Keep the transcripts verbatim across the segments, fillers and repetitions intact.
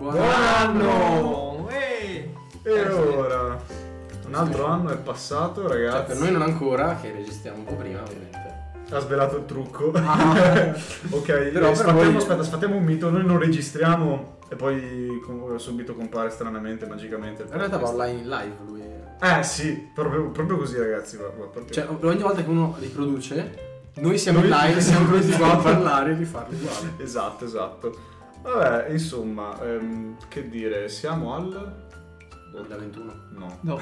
Buon anno! Ehi! E ora un altro anno è passato, ragazzi. Cioè, per noi non ancora, che registriamo un po' prima, ovviamente. Ha svelato il trucco. Ah. Ok, Però sfattiamo, voi... aspetta, sfattiamo un mito. Noi non registriamo e poi com- subito compare stranamente, magicamente. In realtà va online in live lui. Eh sì, proprio, proprio così, ragazzi. Proprio, proprio. Cioè, ogni volta che uno riproduce, noi siamo Noi- in live e siamo pronti qua a parlare e rifarlo uguale. Esatto, esatto. Vabbè, insomma, ehm, che dire, siamo al... duemilaventuno. No. No,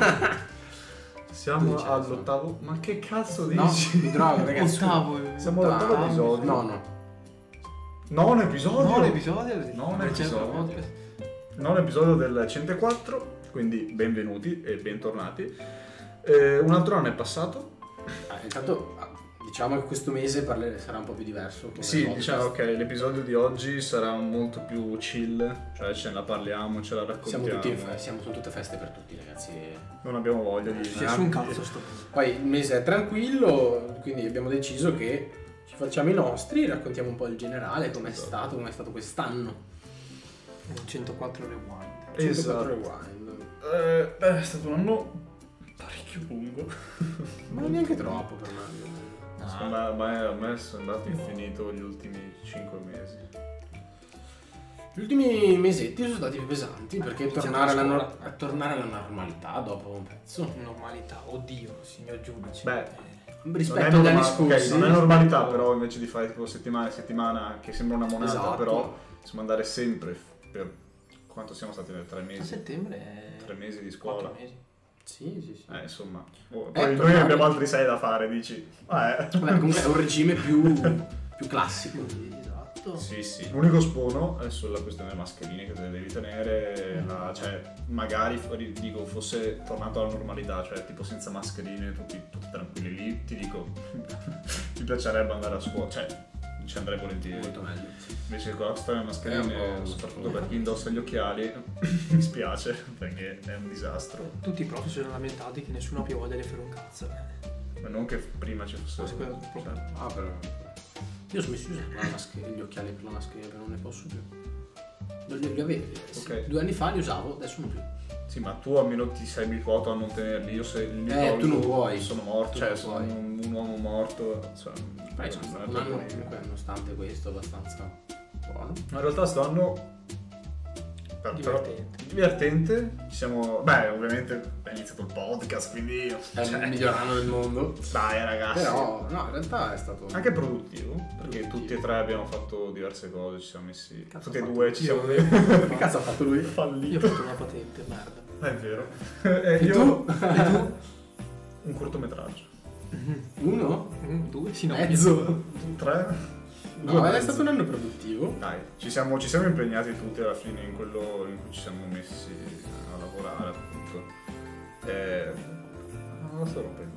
Siamo Dodici, all'ottavo... Ma che cazzo No, dici? mi drogo, ragazzi. ottavo. Siamo all'ottavo Ah, episodio. No, no. Nono episodio. No, l'episodio. Nono Non c'è episodio. podcast. Nono episodio del centoquattro, quindi benvenuti e bentornati. Eh, un altro anno è passato. Ah, intanto ah, diciamo che questo mese parlere sarà un po' più diverso. come Sì, podcast. diciamo ok, l'episodio di oggi sarà molto più chill, cioè ce la parliamo, ce la raccontiamo. Siamo tutti in fe- siamo sono tutte feste per tutti, ragazzi. Non abbiamo voglia di... Sì, su un cazzo sto. Poi il mese è tranquillo, quindi abbiamo deciso che ci facciamo i nostri, raccontiamo un po' il generale, com'è Esatto. stato, com'è stato quest'anno. Un centoquattro rewind. Esatto. centoquattro Rewind. Eh, beh, è stato un anno parecchio lungo. Ma neanche troppo per me. Secondo me, a me- a me è sembrato infinito gli ultimi cinque mesi. Gli ultimi mesetti sono stati più pesanti perché Iniziamo tornare alla, la nor- scuola. a tornare alla normalità dopo un pezzo. Normalità, oddio, signor giudice. Beh, Eh, Rispetto non agli è, anni norma- ok, scorsi. non è normalità, però invece di fare tipo settimana e settimana, che sembra una monata, Esatto. però possiamo andare sempre per quanto siamo stati nel tre a mesi. settembre è Tre mesi di scuola. quattro mesi. Sì, sì, sì. Eh, insomma. Oh, Eh, poi noi tornare- abbiamo altri sei da fare, dici. Eh. Vabbè, comunque è un regime più, più classico. Esatto. Sì, sì. L'unico spono è sulla questione delle mascherine che te le devi tenere. La- cioè, magari fuori- dico, fosse tornato alla normalità, cioè tipo senza mascherine, tutti, tutti tranquilli lì, ti dico, mi piacerebbe andare a scuola, cioè ci andrei volentieri. Molto meglio. Invece con la storia delle mascherine, È un po' soprattutto un po' per chi indossa gli occhiali, mi spiace perché è un disastro. Tutti i prof si sono lamentati che nessuno ha più voglia di fare un cazzo. Ma non che prima ci fosse. Forse quello è il problema. Ah, però. Io ho smesso di usare la maschera, gli occhiali per la maschera, non ne posso più. Non li, li avevo. Ok. Due anni fa li usavo, adesso non più. Sì, ma tu almeno ti sei abituato a non tenerli. Io se li Eh, tu non tolgo, puoi. sono morto, Tu cioè non sono puoi. un, un uomo morto. Cioè, Beh, non sono è stato un anno proponibile. comunque, nonostante questo, abbastanza buono. Ma in realtà sto anno per- Divertente. divertente. Ci siamo. Beh, ovviamente è iniziato il podcast, quindi. È cioè, il miglior anno del mondo. dai ragazzi. Però, no, in realtà è stato. Anche produttivo, perché Produttivo. tutti e tre abbiamo fatto diverse cose, ci siamo messi. Cazzo tutti e ho fatto due ci io? siamo Che cazzo ha fatto lui? Io ho fallito. fatto una patente, merda. È vero. E E io. tu? E tu? Un cortometraggio. Uno? Mm, due? Sì, no. Mezzo? Tre? Due No, e è mezzo. stato un anno produttivo. Dai, ci siamo, ci siamo impegnati tutti alla fine in quello in cui ci siamo messi a lavorare, appunto. E... Non lo sto rompendo.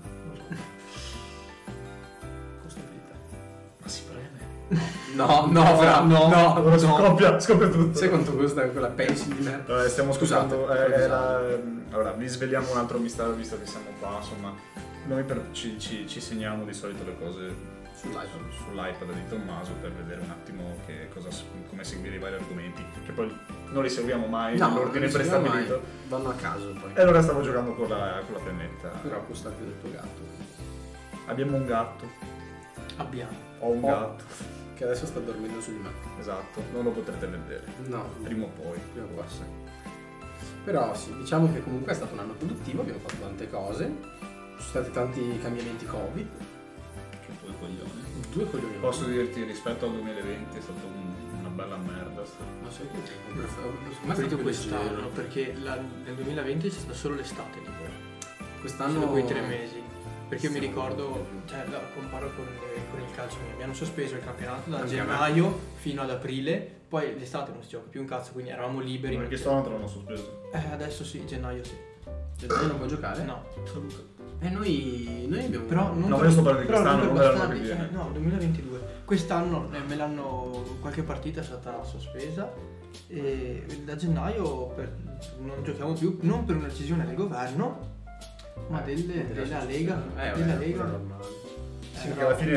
Costa fritta. Ma si preme. No, no, fra, no, no. Ora scoppia, scoppia tutto. Sai quanto costa quella pencil di merda? Vabbè, stiamo Scusate, scusando. eh, scusate. era- allora, vi svegliamo un altro mistero visto che siamo qua. Insomma, noi per- ci, ci, ci segniamo di solito le cose Sull'iPhone. sull'iPad di Tommaso per vedere un attimo che cosa, come seguire i vari argomenti. Che poi non li seguiamo mai nell'ordine non si sa prestabilito. mai. Vanno a caso poi. E allora stavo giocando con la, con la pennetta. Però costa più del tuo gatto. Abbiamo un gatto. Abbiamo. Ho un Oh. gatto. Che adesso sta dormendo su di me. Esatto, non lo potrete vedere. No, Prima o poi. prima o poi. Però sì, diciamo che comunque è stato un anno produttivo, abbiamo fatto tante cose. Ci sono stati tanti cambiamenti Covid. Che due coglioni. Due coglioni. Posso dirti, rispetto al duemilaventi è stata un- una bella merda. sta- Ma sai che ho Ho preferito quest'anno perché la- nel duemilaventi c'è stata solo l'estate tipo. Quest'anno Solo quei tre mesi. Perché io mi Sì. ricordo, cioè la comparo con, con il calcio, mi hanno sospeso il campionato da Anche a me. gennaio fino ad aprile, poi l'estate non si gioca più un cazzo, quindi eravamo liberi. Perché non sto anno te l'hanno sospeso. c'era- Eh, adesso sì, gennaio sì. Gennaio non può giocare? No, E noi, noi abbiamo. però non No, per, io sto parlando di però quest'anno, per non dell'anno bastardi, che viene. eh, no, duemilaventidue. Quest'anno eh, me l'hanno, qualche partita è stata sospesa e da gennaio per- non giochiamo più, non per una decisione del governo, ma delle- della Lega. Eh, della vabbè, Lega. quello è normale. Sì, Eh, perché no. alla fine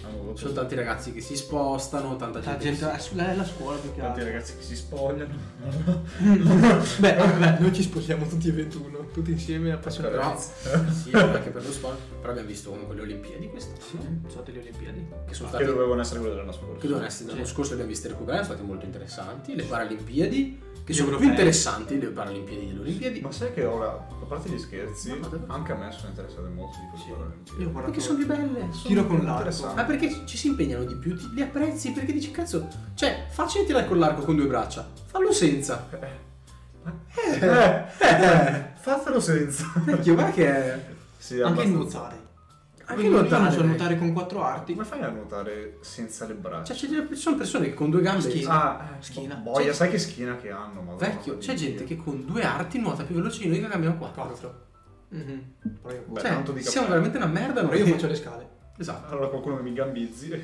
Hanno avuto Ci sono tanti ragazzi che si spostano, tanta La gente. gente che si- è la scuola più che tanti altro. ragazzi che si spogliano. Beh, vabbè, noi ci sposiamo tutti e ventuno, tutti insieme appassionati. Però, sì, anche per lo sport. Però abbiamo visto comunque le Olimpiadi quest'anno. Sì, sono state le Olimpiadi. Che sono Che state. dovevano essere quelle dell'anno scorso. Che dovevano essere l'anno Sì. scorso, le abbiamo viste recuperare, sono state molto interessanti. Le Paralimpiadi, che Gli sono europei. più interessanti, le Paralimpiadi delle Olimpiadi. Ma sai che ora, a parte gli scherzi, No, ma davvero? anche a me sono interessate molto di quelle Sì. Paralimpiadi. Io guardo Perché sono più belle. Tiro con l'arco. interessanti. Ma perché ci si impegnano di più, ti, li apprezzi, perché dici cazzo, cioè facile tirare con l'arco con due braccia, fallo senza. Eh, eh, eh, fatelo senza. Vecchio, guarda che è... Sì, anche abbastanza. nuotare. Anche Io non nuotare. so nuotare con quattro arti. Come fai a nuotare senza le braccia? Cioè, c'è- ci sono persone che con due gambe... Schiena. Ah, eh, Schiena. Boia, Cioè- sai che schiena che hanno? Madonna, Vecchio, c'è Dio. gente che con due arti nuota più veloce di noi che abbiamo quattro. Quattro. Mhm. Però io, Beh, Cioè, tanto di siamo cappello. veramente una merda però noi. io faccio le scale. Esatto. Allora qualcuno che mi gambizzi.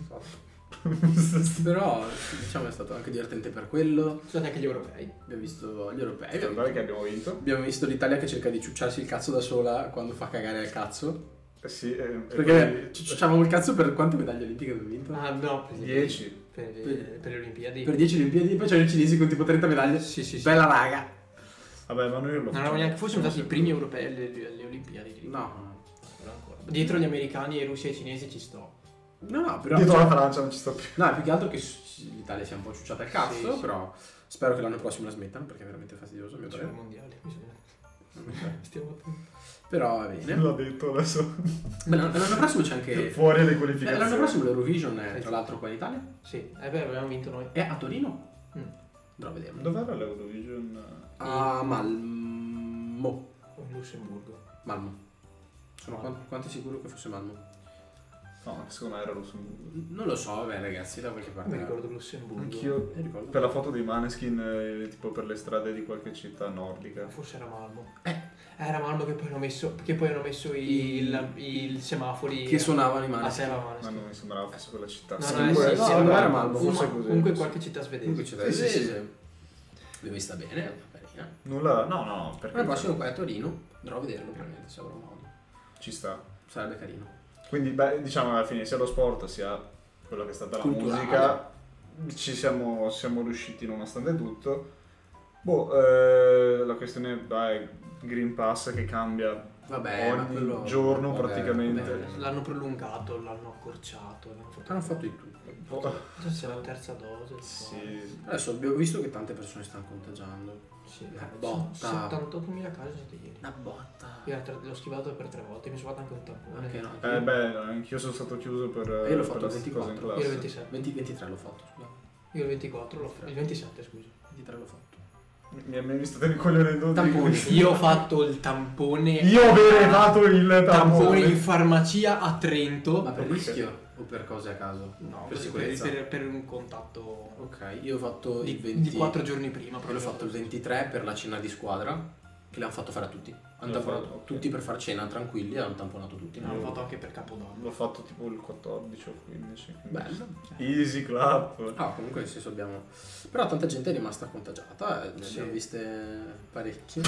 Però diciamo è stato anche divertente per quello. Sono stati anche gli europei. Abbiamo visto gli europei. Guardate Abbiamo, che abbiamo vinto. abbiamo visto l'Italia che cerca di ciucciarsi il cazzo da sola quando fa cagare al cazzo. Eh sì, eh, e Perché poi- ci ciucciavamo il cazzo per quante medaglie olimpiche abbiamo vinto? Ah, no, per dieci. Per, per, per le Olimpiadi. Per dieci Olimpiadi, poi c'erano i cinesi con tipo trenta medaglie. Sì, sì, sì. Bella raga. Vabbè, ma noi lo Non facciamo. eravamo neanche, forse sono stati i sempre. primi europei alle, alle Olimpiadi. No, Non ancora. Dietro gli americani, i russi e i cinesi ci sto. no, no, però. Dietro cioè- la Francia non ci sto più. No, più che altro che s- l'Italia sia un po' ciucciata al cazzo, Sì, sì. però spero che l'anno prossimo la smettano perché è veramente fastidioso a mio C'è il parere. mondiale. Bisogna... Stiamo attenti. Però va bene. L'ho detto adesso. Beh, l'anno l'anno prossimo c'è anche. Fuori le Eh, qualificazioni. L'anno prossimo l'Eurovision è tra l'altro qua in Italia. Sì, è vero, abbiamo vinto noi. È a Torino. Mm. Andrò a vederlo. Dov'era l'Eurovision? A Malmo. O in Lussemburgo. Malmo. Sono quanto, quanto è sicuro che fosse Malmo? No, secondo me era Lussemburgo. Non lo so, vabbè ragazzi, da qualche parte. Mi ricordo Lussemburgo. Anch'io. Mi ricordo. Per la foto dei Maneskin, eh, tipo per le strade di qualche città nordica. Forse era Malmo. Eh. Era Malmo che poi hanno messo, che poi hanno messo i, il, il semafori. Che suonavano i a mani. Sera Ma Maneskin. non mi sembrava fosse quella città. No, Sì, no, eh, può sì, essere. sì, no, no, non era no, Malmo, forse comunque, così. comunque sì. qualche città svedese. Comunque c'è da Sì, sì, vedere. sì. L'ho vista bene, è carina. Nulla, no, no, perché L'anno prossimo qua è a Torino. Andrò a vederlo probabilmente se avrò modo. ci sta. Sarebbe carino. Quindi, beh, diciamo alla fine, sia lo sport sia quello che è stata la Culturale. musica, ci siamo, siamo riusciti nonostante tutto. Boh, eh, la questione è Green Pass che cambia Vabbè, ma ogni quello- giorno vabbè, praticamente. vabbè. L'hanno prolungato, l'hanno accorciato. L'hanno fatto... Hanno fatto di tutto. Oh, Adesso c'è la terza dose. sì. Adesso abbiamo visto che tante persone stanno contagiando. Sì, Una botta. settantottomila casi sono stati ieri. Una botta. Io l'ho tre- l'ho schivato per tre volte, mi sono fatto anche un tampone. Anche no. Eh beh, anch'io sono stato chiuso per, E io l'ho per fatto le il ventiquattro. cose in Io il classe. ventisette. venti ventitré l'ho fatto, scusa. Io il ventiquattro, l'ho fatto. Il ventisette, scusa. ventitré l'ho fatto. Mi, mi, mi state ricoglionendo Tamponi. Io ho fatto il tampone. Io avevo fatto il tampone tampone. in farmacia a Trento. Ma per Ok. rischio o per cose a caso? No, per per, sicurezza. per, per un contatto Ok, io ho fatto di, il venti. di quattro giorni prima. Io l'ho fatto il ventitré per la cena di squadra. Che l'hanno fatto fare a tutti. Hanno L'ho tamponato fatto, ok. tutti per far cena tranquilli e hanno tamponato tutti. No, l'ho fatto anche per Capodanno. L'ho fatto tipo il quattordici o quindici. quindi- Bello. Easy clap. Ah, comunque nel senso abbiamo. Però tanta gente è rimasta contagiata, eh, ne Sì. abbiamo viste parecchie.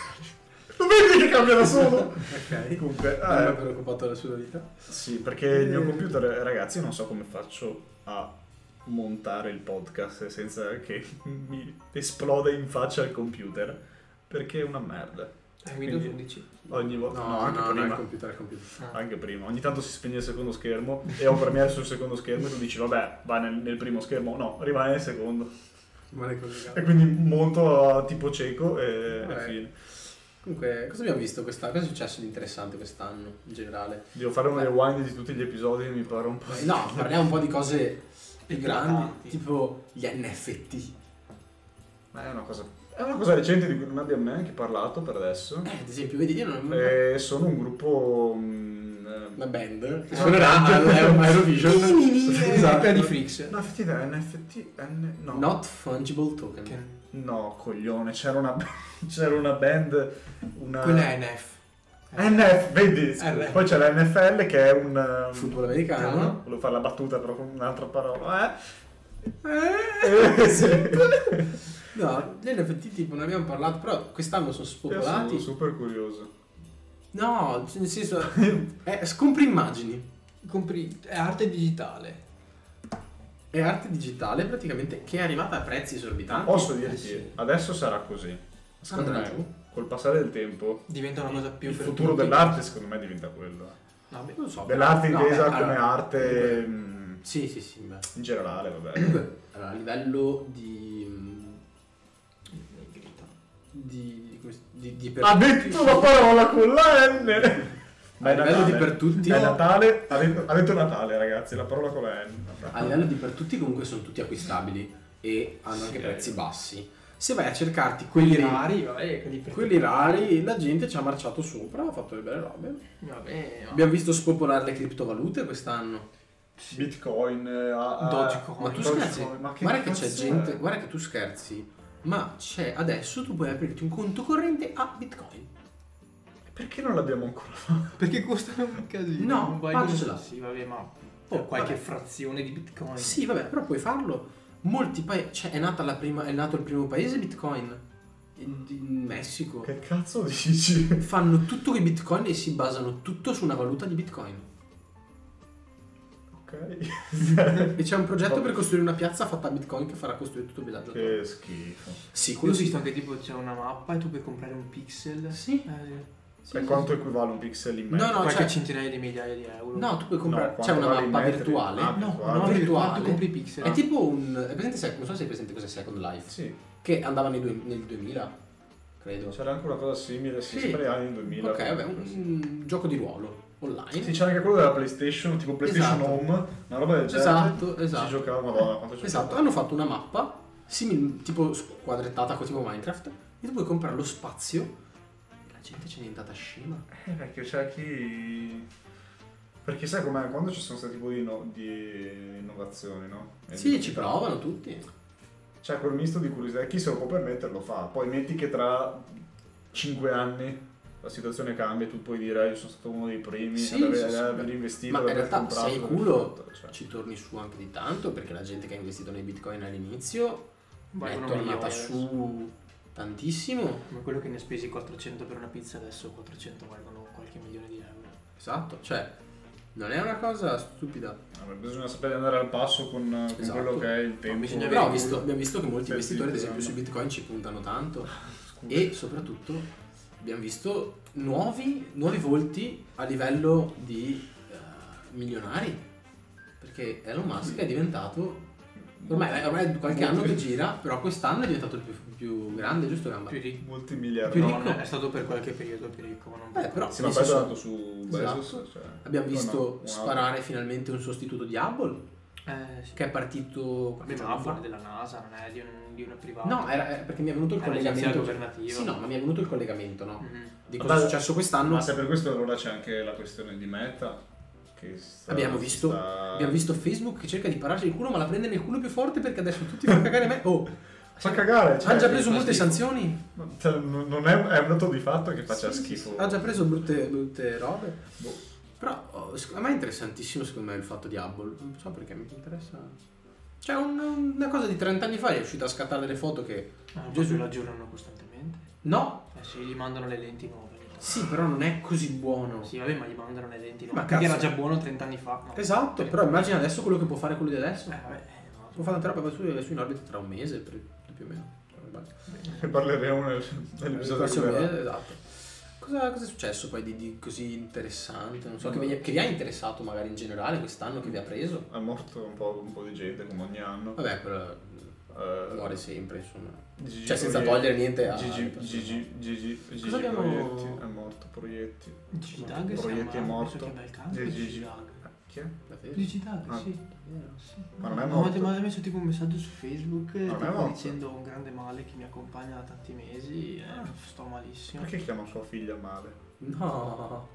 Lo vedi che cambia da solo? Ok. Comunque, Non mi ha eh, preoccupato la sua vita. sì, perché il mio computer, ragazzi, io non so come faccio a montare il podcast senza che mi esploda in faccia il computer, perché è una merda. È Windows Quindi- undici. Ogni volta, No, no, anche no, no, prima. il computer, il computer. Ah. Anche prima, ogni tanto si spegne il secondo schermo e ho Premiere sul secondo schermo e tu dici vabbè va nel, nel primo schermo, no, rimane nel secondo Male collegato. e quindi monto a tipo cieco e, Vabbè. e fine. Comunque, cosa abbiamo visto quest'anno? Cosa è successo di interessante quest'anno in generale? Devo fare un rewind di tutti gli episodi, mi pare un po'. Eh, No, parliamo un po' di cose più grandi, Eclatanti. tipo gli N F T. Ma è una cosa, è una cosa recente di cui non abbiamo neanche parlato per adesso. Eh, ad esempio, vedi, io non E sono un gruppo mm, eh, una band che No, suonerà no, al no. Eurovision. Esatto. Quella di Freaks. no, F T da N F T N, no. Not fungible token. Che- No, coglione, c'era una c'era una band una Quella è N F. N F, vedi? R. Poi c'è la N F L che è un um, Football americano. volevo fare la battuta però con un'altra parola. Eh? Eh, sì. No, gli N F T tipo ne abbiamo parlato, però quest'anno sono Io spopolati. sono super curioso. No, nel senso, eh, compri immagini. compri, è arte digitale. È arte digitale praticamente che è arrivata a prezzi esorbitanti. Posso Eh, dirti, sì. adesso sarà così. Secondo Andrà me, giù. col passare del tempo, Diventa una cosa più il per futuro tutti. dell'arte secondo me diventa quello. Vabbè. Non so. Dell'arte No, intesa beh, come allora, arte mh, Sì, sì, sì. Beh. in generale, vabbè. Comunque, allora, a livello di... Negrita. di... come si- di, di per Ha tutti- detto la parola con la N! Ma A è livello Natale. di per tutti- È Natale, ha detto, ha detto Natale ragazzi, la parola con la N. A livello di per tutti comunque sono tutti acquistabili e hanno anche Sì. prezzi bassi. Se vai a cercarti quelli Quelli rari, rari, vabbè, quelli per quelli rari, la gente ci ha marciato sopra, ha fatto le belle robe. Vabbè, ma- Abbiamo visto spopolare le criptovalute quest'anno. Bitcoin, eh, a- a- Dogecoin. Ma tu Dogecoin, scherzi? ma che Guarda che cazzo c'è è? gente, guarda che tu scherzi, ma c'è adesso tu puoi aprirti un conto corrente a Bitcoin. Perché non l'abbiamo ancora fatto? Perché costano un casino. No, non valgono- pagacela. Sì, vabbè, ma Oh, per qualche vabbè. frazione di Bitcoin. Sì, vabbè, però puoi farlo. Molti paesi, cioè è nata la prima, è nato il primo paese Bitcoin in, in Messico. Che cazzo dici? Fanno tutto con i Bitcoin e si basano tutto su una valuta di Bitcoin. Ok. E c'è un progetto Vabbè. per costruire una piazza fatta a Bitcoin che farà costruire tutto il villaggio. Che schifo. Sì, Quello quello ho sì. visto anche tipo c'è una mappa e tu puoi comprare un pixel. Sì. Eh, Sì, E sì, quanto sì. equivale un pixel in No, mezzo? no, qualche cioè- centinaia di migliaia di euro. No, tu puoi comprare. No, c'è quanto una vale in mappa metri? virtuale. Ah, no, virtuale. no, virtuale. virtuale, tu compri i pixel. È tipo un. È presente, Sec- non so se hai presente cos'è Second Life. Sì, Che andava nei due- nel duemila, credo. c'era anche una cosa simile, sì, Sì. sempre negli anni duemila. Ok, vabbè, un, un gioco di ruolo online. Sì, c'era anche quello della PlayStation, tipo PlayStation Esatto. Home, una roba del genere. Esatto, esatto. Si giocava, madonna, quanto ci Esatto, giocavo. hanno fatto una mappa simile, tipo quadrettata tipo Minecraft, e tu puoi comprare lo spazio e la gente ce n'è andata scema. Eh, perché c'è chi... Perché sai com'è? Quando ci sono stati tipo di, inno- di innovazioni, no? E Sì, di ci novità, provano tutti. C'è quel misto di curiosità, chi se lo può permettere lo fa. Poi metti che tra cinque anni la situazione cambia e tu puoi dire io sono stato uno dei primi Sì, ad aver, sì, sì. ad aver investito, Ma ad in aver realtà comprato, sei ad aver culo, fatto, cioè. ci torni su anche di tanto, perché la gente che ha investito nei bitcoin all'inizio è Valgono tornata milioni su tantissimo. Come quello che ne spesi quattrocento per una pizza, adesso quattrocento valgono qualche milione di euro. Esatto, cioè non è una cosa stupida. Vabbè, bisogna sapere andare al passo con, con Esatto. quello che è il tempo. bisogna Però ho avere visto- abbiamo visto che molti Sì, investitori, ad sì, esempio, sì. sui bitcoin ci puntano tanto. E soprattutto abbiamo visto nuovi, nuovi volti a livello di eh, milionari, perché Elon Musk è diventato ormai, ormai è qualche anno che gira, però quest'anno è diventato il più, più grande, giusto Gamba? Più ricco. Molti miliardi. Più No, ricco. non è stato per qualche periodo più ricco, ma non Beh, però Sì, ma nel poi è senso, andato su esatto. Bezos. Cioè, abbiamo no, visto no, un sparare finalmente un sostituto di Hubble Eh, sì. che è partito qualche Vabbè, giorno ma fa. Hubble della NASA, non è di un, di una privata. No, era, era perché mi è venuto il È l'agenzia collegamento. governativa. Sì, no, ma mi è venuto il collegamento, no? Mhm. Di cosa Vabbè, è successo quest'anno. Ma se per questo allora c'è anche la questione di Meta. Che sta, Abbiamo visto, sta- abbiamo visto Facebook che cerca di pararci il culo, ma la prende nel culo più forte perché adesso tutti fanno cagare me. Oh, Fa cagare. Cioè, ha già preso fa molte schifo. sanzioni. cioè, non è, è un dato di fatto che faccia Sì, sì, schifo. sì. Ha già preso brutte, brutte robe. Boh. Però oh, sec- a me è interessantissimo secondo me il fatto di Hubble. Non so perché mi interessa. Cioè un- una cosa di trenta anni fa è uscita a scattare delle foto che. Ah, Gesù. Gesù lo aggiornano costantemente. No, Eh sì, gli mandano le lenti nuove. ogni tanto. sì, però non è così buono. Sì, vabbè, ma gli mandano le lenti nuove. Ma Perché cazzo. era già buono trenta anni fa. No. Esatto, però immagina adesso quello che può fare quello di adesso. Eh, vabbè, eh, no. Può fare tante robe, va su, su in orbita tra un mese per- più o meno. Ne parleremo nel, Il nell'episodio che prossimo verrà. mese, esatto. Cosa, cosa è successo poi di, di così interessante? Non so, che vi, che vi ha interessato magari in generale quest'anno, che vi ha preso? È morto un po', un po' di gente come ogni anno. Vabbè, quello Eh, muore sempre, insomma. Gigi Cioè, senza Proietti. togliere niente a- Gigi, alle persone. Gigi, Gigi, Gigi Cosa abbiamo- Proietti. È morto, Proietti. Gigi Dag si Proietti è chiama, morto. penso che bel cancro, Gigi. Gigi Dag. Chi è? Davvero? Gigi Dag, Ah. sì. Davvero? Sì. Ma non è No, morto? mi ha messo tipo un messaggio su Facebook Non è tipo morto? dicendo un grande male che mi accompagna da tanti mesi e sto malissimo. Perché chiama sua figlia male? No.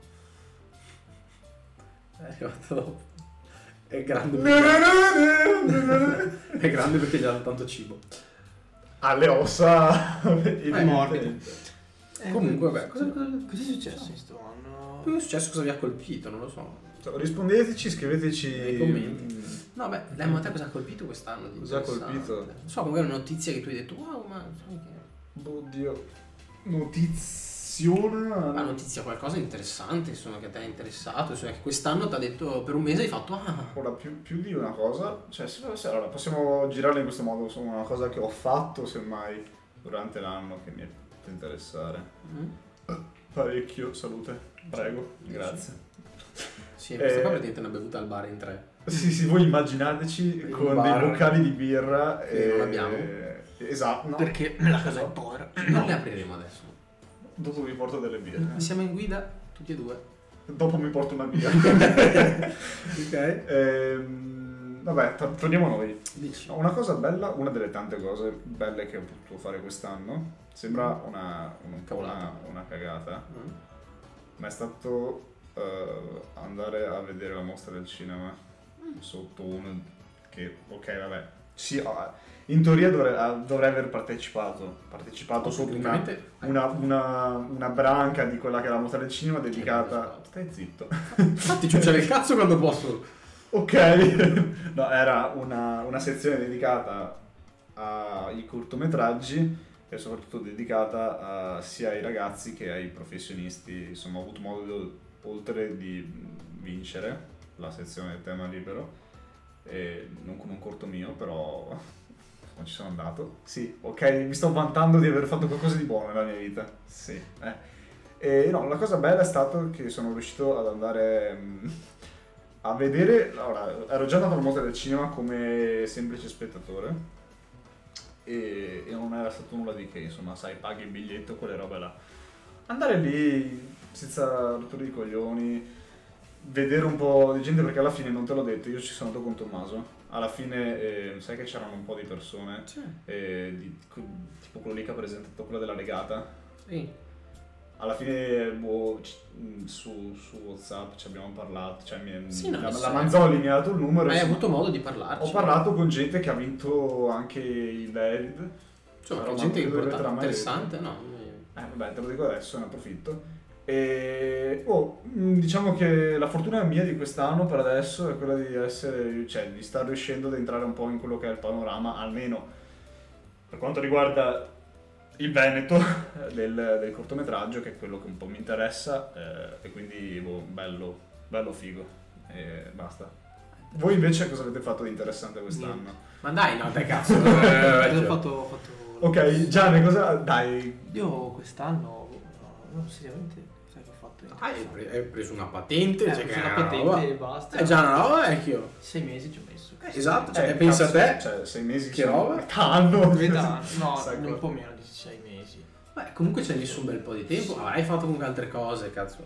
È arrivato dopo. È grande perché, è grande perché gli ha dato tanto cibo. Alle ossa È morbido. Eh, Comunque, vabbè, cosa, cosa- cosa, cosa è successo in sto anno? Cosa è successo? Cosa vi ha colpito? Non lo so. Rispondeteci, scriveteci Nei commenti. No, beh, Lemmo, a te cosa ha colpito quest'anno? di Cosa ha interessante? colpito? Non so, magari una notizia che tu hai detto, wow, ma sai che... Oddio. Notizie. notiziona. Ma notizia, qualcosa interessante, insomma, che ti è interessato, insomma, che quest'anno ti ha detto per un mese hai fatto ah. Ora, più, più di una cosa, cioè, se, se, allora, possiamo girarla in questo modo, insomma, una cosa che ho fatto, semmai, durante l'anno che mi è potuto interessare. Mm. Parecchio, salute, prego, grazie. Sì, questa Eh, qua praticamente una bevuta al bar in tre. Sì, sì, voi immaginateci In con bar. dei boccali di birra Che e... non abbiamo. Esatto, no. Perché la casa è povera. Non le apriremo adesso. Dopo vi porto delle birre. Siamo in guida, tutti e due. Dopo mi porto una birra. Ok. Ehm, vabbè, tor- torniamo a noi. Dici. Una cosa bella, una delle tante cose belle che ho potuto fare quest'anno, sembra una, un- Cavolata. una, una cagata, Mm. ma è stato eh, andare a vedere la mostra del cinema sotto uno che, ok, vabbè, sì, ah, in teoria dovrei, dovrei aver partecipato, partecipato sotto una, Tecnicamente- una, una, una branca di quella che è la mostra del cinema dedicata... partecipato? Stai zitto. Infatti ciucciare il cazzo quando posso. Ok, no, era una, una sezione dedicata ai cortometraggi e soprattutto dedicata a, sia ai ragazzi che ai professionisti. Insomma, ho avuto modo, oltre di vincere la sezione del tema libero, e non con un corto mio, però non ci sono andato. Sì, ok, mi sto vantando di aver fatto qualcosa di buono nella mia vita. Sì, eh. E no, la cosa bella è stato che sono riuscito ad andare... mh, a vedere, allora, ero già andato alla mostra del cinema come semplice spettatore e, e non era stato nulla di che, insomma, sai, paghi il biglietto, quelle robe là. Andare lì senza rotture di coglioni, vedere un po' di gente, perché alla fine, non te l'ho detto, io ci sono andato con Tommaso, alla fine eh, sai che c'erano un po' di persone, Sì. eh, di- tipo quello lì che ha presentato quella della legata. Sì. Alla fine boh, c- mh, su, su WhatsApp ci abbiamo parlato, cioè mi, Sì, no, la, sì. la Manzoli mi ha dato il numero. Hai insomma, avuto modo di parlarci. ho parlato con gente che ha vinto anche il David. Insomma, Però gente non credo che te importante, l'ha mai interessante, no? Eh vabbè, te lo dico adesso, ne approfitto. E oh, mh, diciamo che la fortuna mia di quest'anno per adesso è quella di essere, cioè di star riuscendo ad entrare un po' in quello che è il panorama, almeno per quanto riguarda il Veneto del, del cortometraggio, che è quello che un po' mi interessa, eh, e quindi boh, bello, bello figo e basta. Voi invece cosa avete fatto di interessante quest'anno? Ma dai, no, dai cazzo. Ho Eh, fatto, ho fatto... Ok, Gianni, cosa... dai, Io quest'anno, no, no, seriamente, sai che ho fatto? Ah, hai, interessante? pre- hai preso una patente, Eh, cioè ho che preso è una una patente roba. e basta. È già una roba, vecchio. Sei mesi ci ho messo. Eh, esatto, cioè, Eh, pensa cazzo, a te. Cioè, sei mesi Che sono roba? metà anno. Metà, no, Sai un cosa. po' meno di sei mesi. Beh, comunque ci hai messo un bel po' di tempo. Sì. Ah, hai fatto comunque altre cose, cazzo.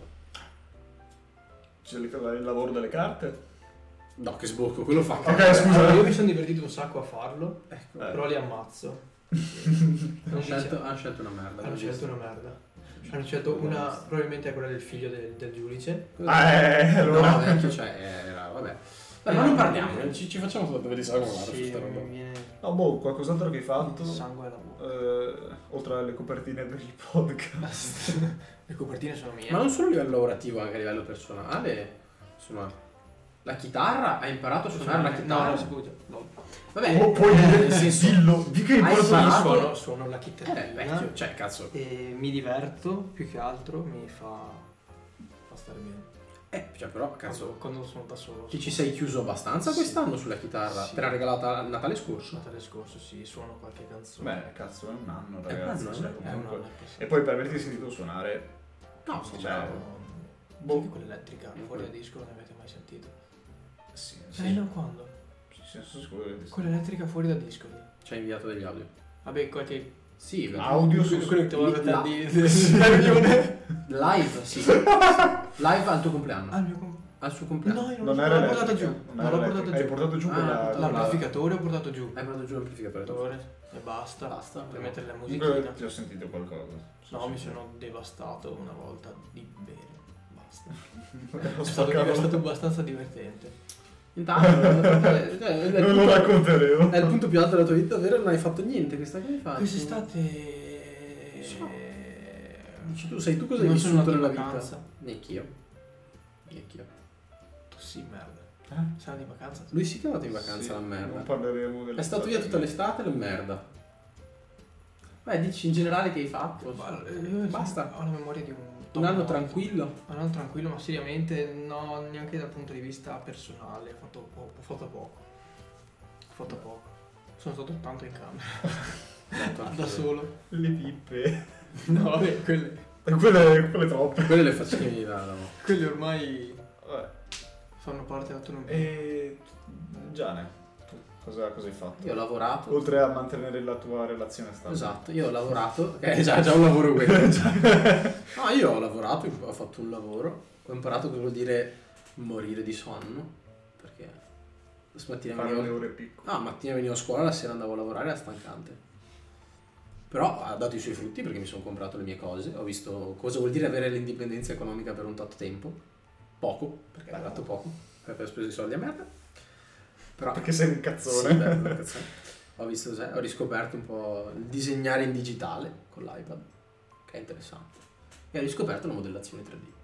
C'è il, il lavoro delle carte? No, che sbocco, quello fa. Ok, scusa. Allora, io mi sono divertito un sacco a farlo, Ecco. Eh. però li ammazzo. Hanno Non scelto, diciamo. hanno scelto una merda. Hanno l'ho scelto visto. una merda. Hanno scelto una, probabilmente è quella del figlio del, del giudice. Ah, eh, allora. No, vecchio, cioè, era, vabbè. Dai, ma non parliamo, ci, ci facciamo solo dove di sangue Sì, sta roba. mi viene No, boh, qualcos'altro che hai fatto? il sangue alla bocca. Eh, oltre alle copertine per il podcast. Le copertine sono mie. Ma non solo a livello lavorativo, anche a livello personale. Insomma, la chitarra, hai imparato a suonare la No, chitarra? no, scusa. No. Vabbè, Oh, poi eh, nel senso, dillo, di che hai importa imparato- suono. Suono, suono la eh, chitarrina vecchio, cioè, cazzo. e mi diverto più che altro, mi fa, fa stare bene. Eh, cioè, però, cazzo, Quando, quando sono da solo. ti ci sei chiuso abbastanza Sì. quest'anno sulla chitarra? Sì. Te l'ha regalata a Natale scorso? Natale scorso, sì, suono qualche canzone. Beh, cazzo, è un anno, È un ragazzi. anno, cioè, eh? è un comunque- anno che E poi per averti sentito suonare, No, sto Cioè, bravo. boh. Anche quella elettrica fuori da disco non ne avete mai sentito? sì, Eh sì, no, quando? sì, sono sicuro che Quella elettrica fuori da disco. Ci hai inviato degli audio. Vabbè, qualche... Sì, vecchio. Audio su- quello che ti volevo Li- la- dire di... di... Live, sì. Live al tuo compleanno. Ah, il mio comp- Al suo compleanno. No, io non, non non era l'ho portata elettrica, giù. non Non era l'ho elettrica. portata Hai giù. portato giù Ah, quella... L'amplificatore ho portato giù. Hai portato giù l'amplificatore. L'amplificatore e basta. Basta. Per mettere la Comunque musichina. ti ho sentito qualcosa. No, mi sono devastato una volta di bere. Basta. Ho È stato, spaccato. è stato abbastanza divertente. Intanto, eh, cioè, è, il Non lo punto, racconteremo. è il punto più alto della tua vita, vero? Non hai fatto niente questa che hai fatto. Quest'estate... So. Dici tu, sai tu cosa hai Non sono vissuto andato nella in vita? vacanza. Neanch'io. Neanch'io. Tu sì, merda. Eh? Sei andato in vacanza? Lui si è andato in vacanza, Sì, la Non merda. parleremo delle È stato via tutta l'estate, la merda. Beh, dici in generale che hai fatto? Ma, eh, Basta. Ho la memoria di un... Un anno top tranquillo? Un anno tranquillo, ma seriamente no, neanche dal punto di vista personale. Ho fatto, po- ho fatto poco. Ho fatto poco. Sono stato tanto in camera. Da solo. Le pippe. No, vabbè, quelle, Quelle, quelle troppe. Quelle le facevi da... da- quelle ormai Vabbè. fanno parte dell'autonomia. E Giane, tu cosa, cosa hai fatto? Io ho lavorato. Oltre a mantenere la tua relazione stabile. Esatto, io ho lavorato. È già, già un lavoro quello. No, io ho lavorato, ho fatto un lavoro. Ho imparato cosa vuol dire morire di sonno. Perché stamattina Fare le venivo... ore piccole. No, mattina venivo a scuola, la sera andavo a lavorare, era stancante. Però ha dato i suoi frutti perché mi sono comprato le mie cose, ho visto cosa vuol dire avere l'indipendenza economica per un tot tempo. Poco, perché è dato poco, perché ho speso i soldi a merda. Però Perché sei un cazzone. sì, beh, un cazzone. Ho visto, sai, ho riscoperto un po' il disegnare in digitale con l'iPad, che è interessante. E ho riscoperto la modellazione tre D.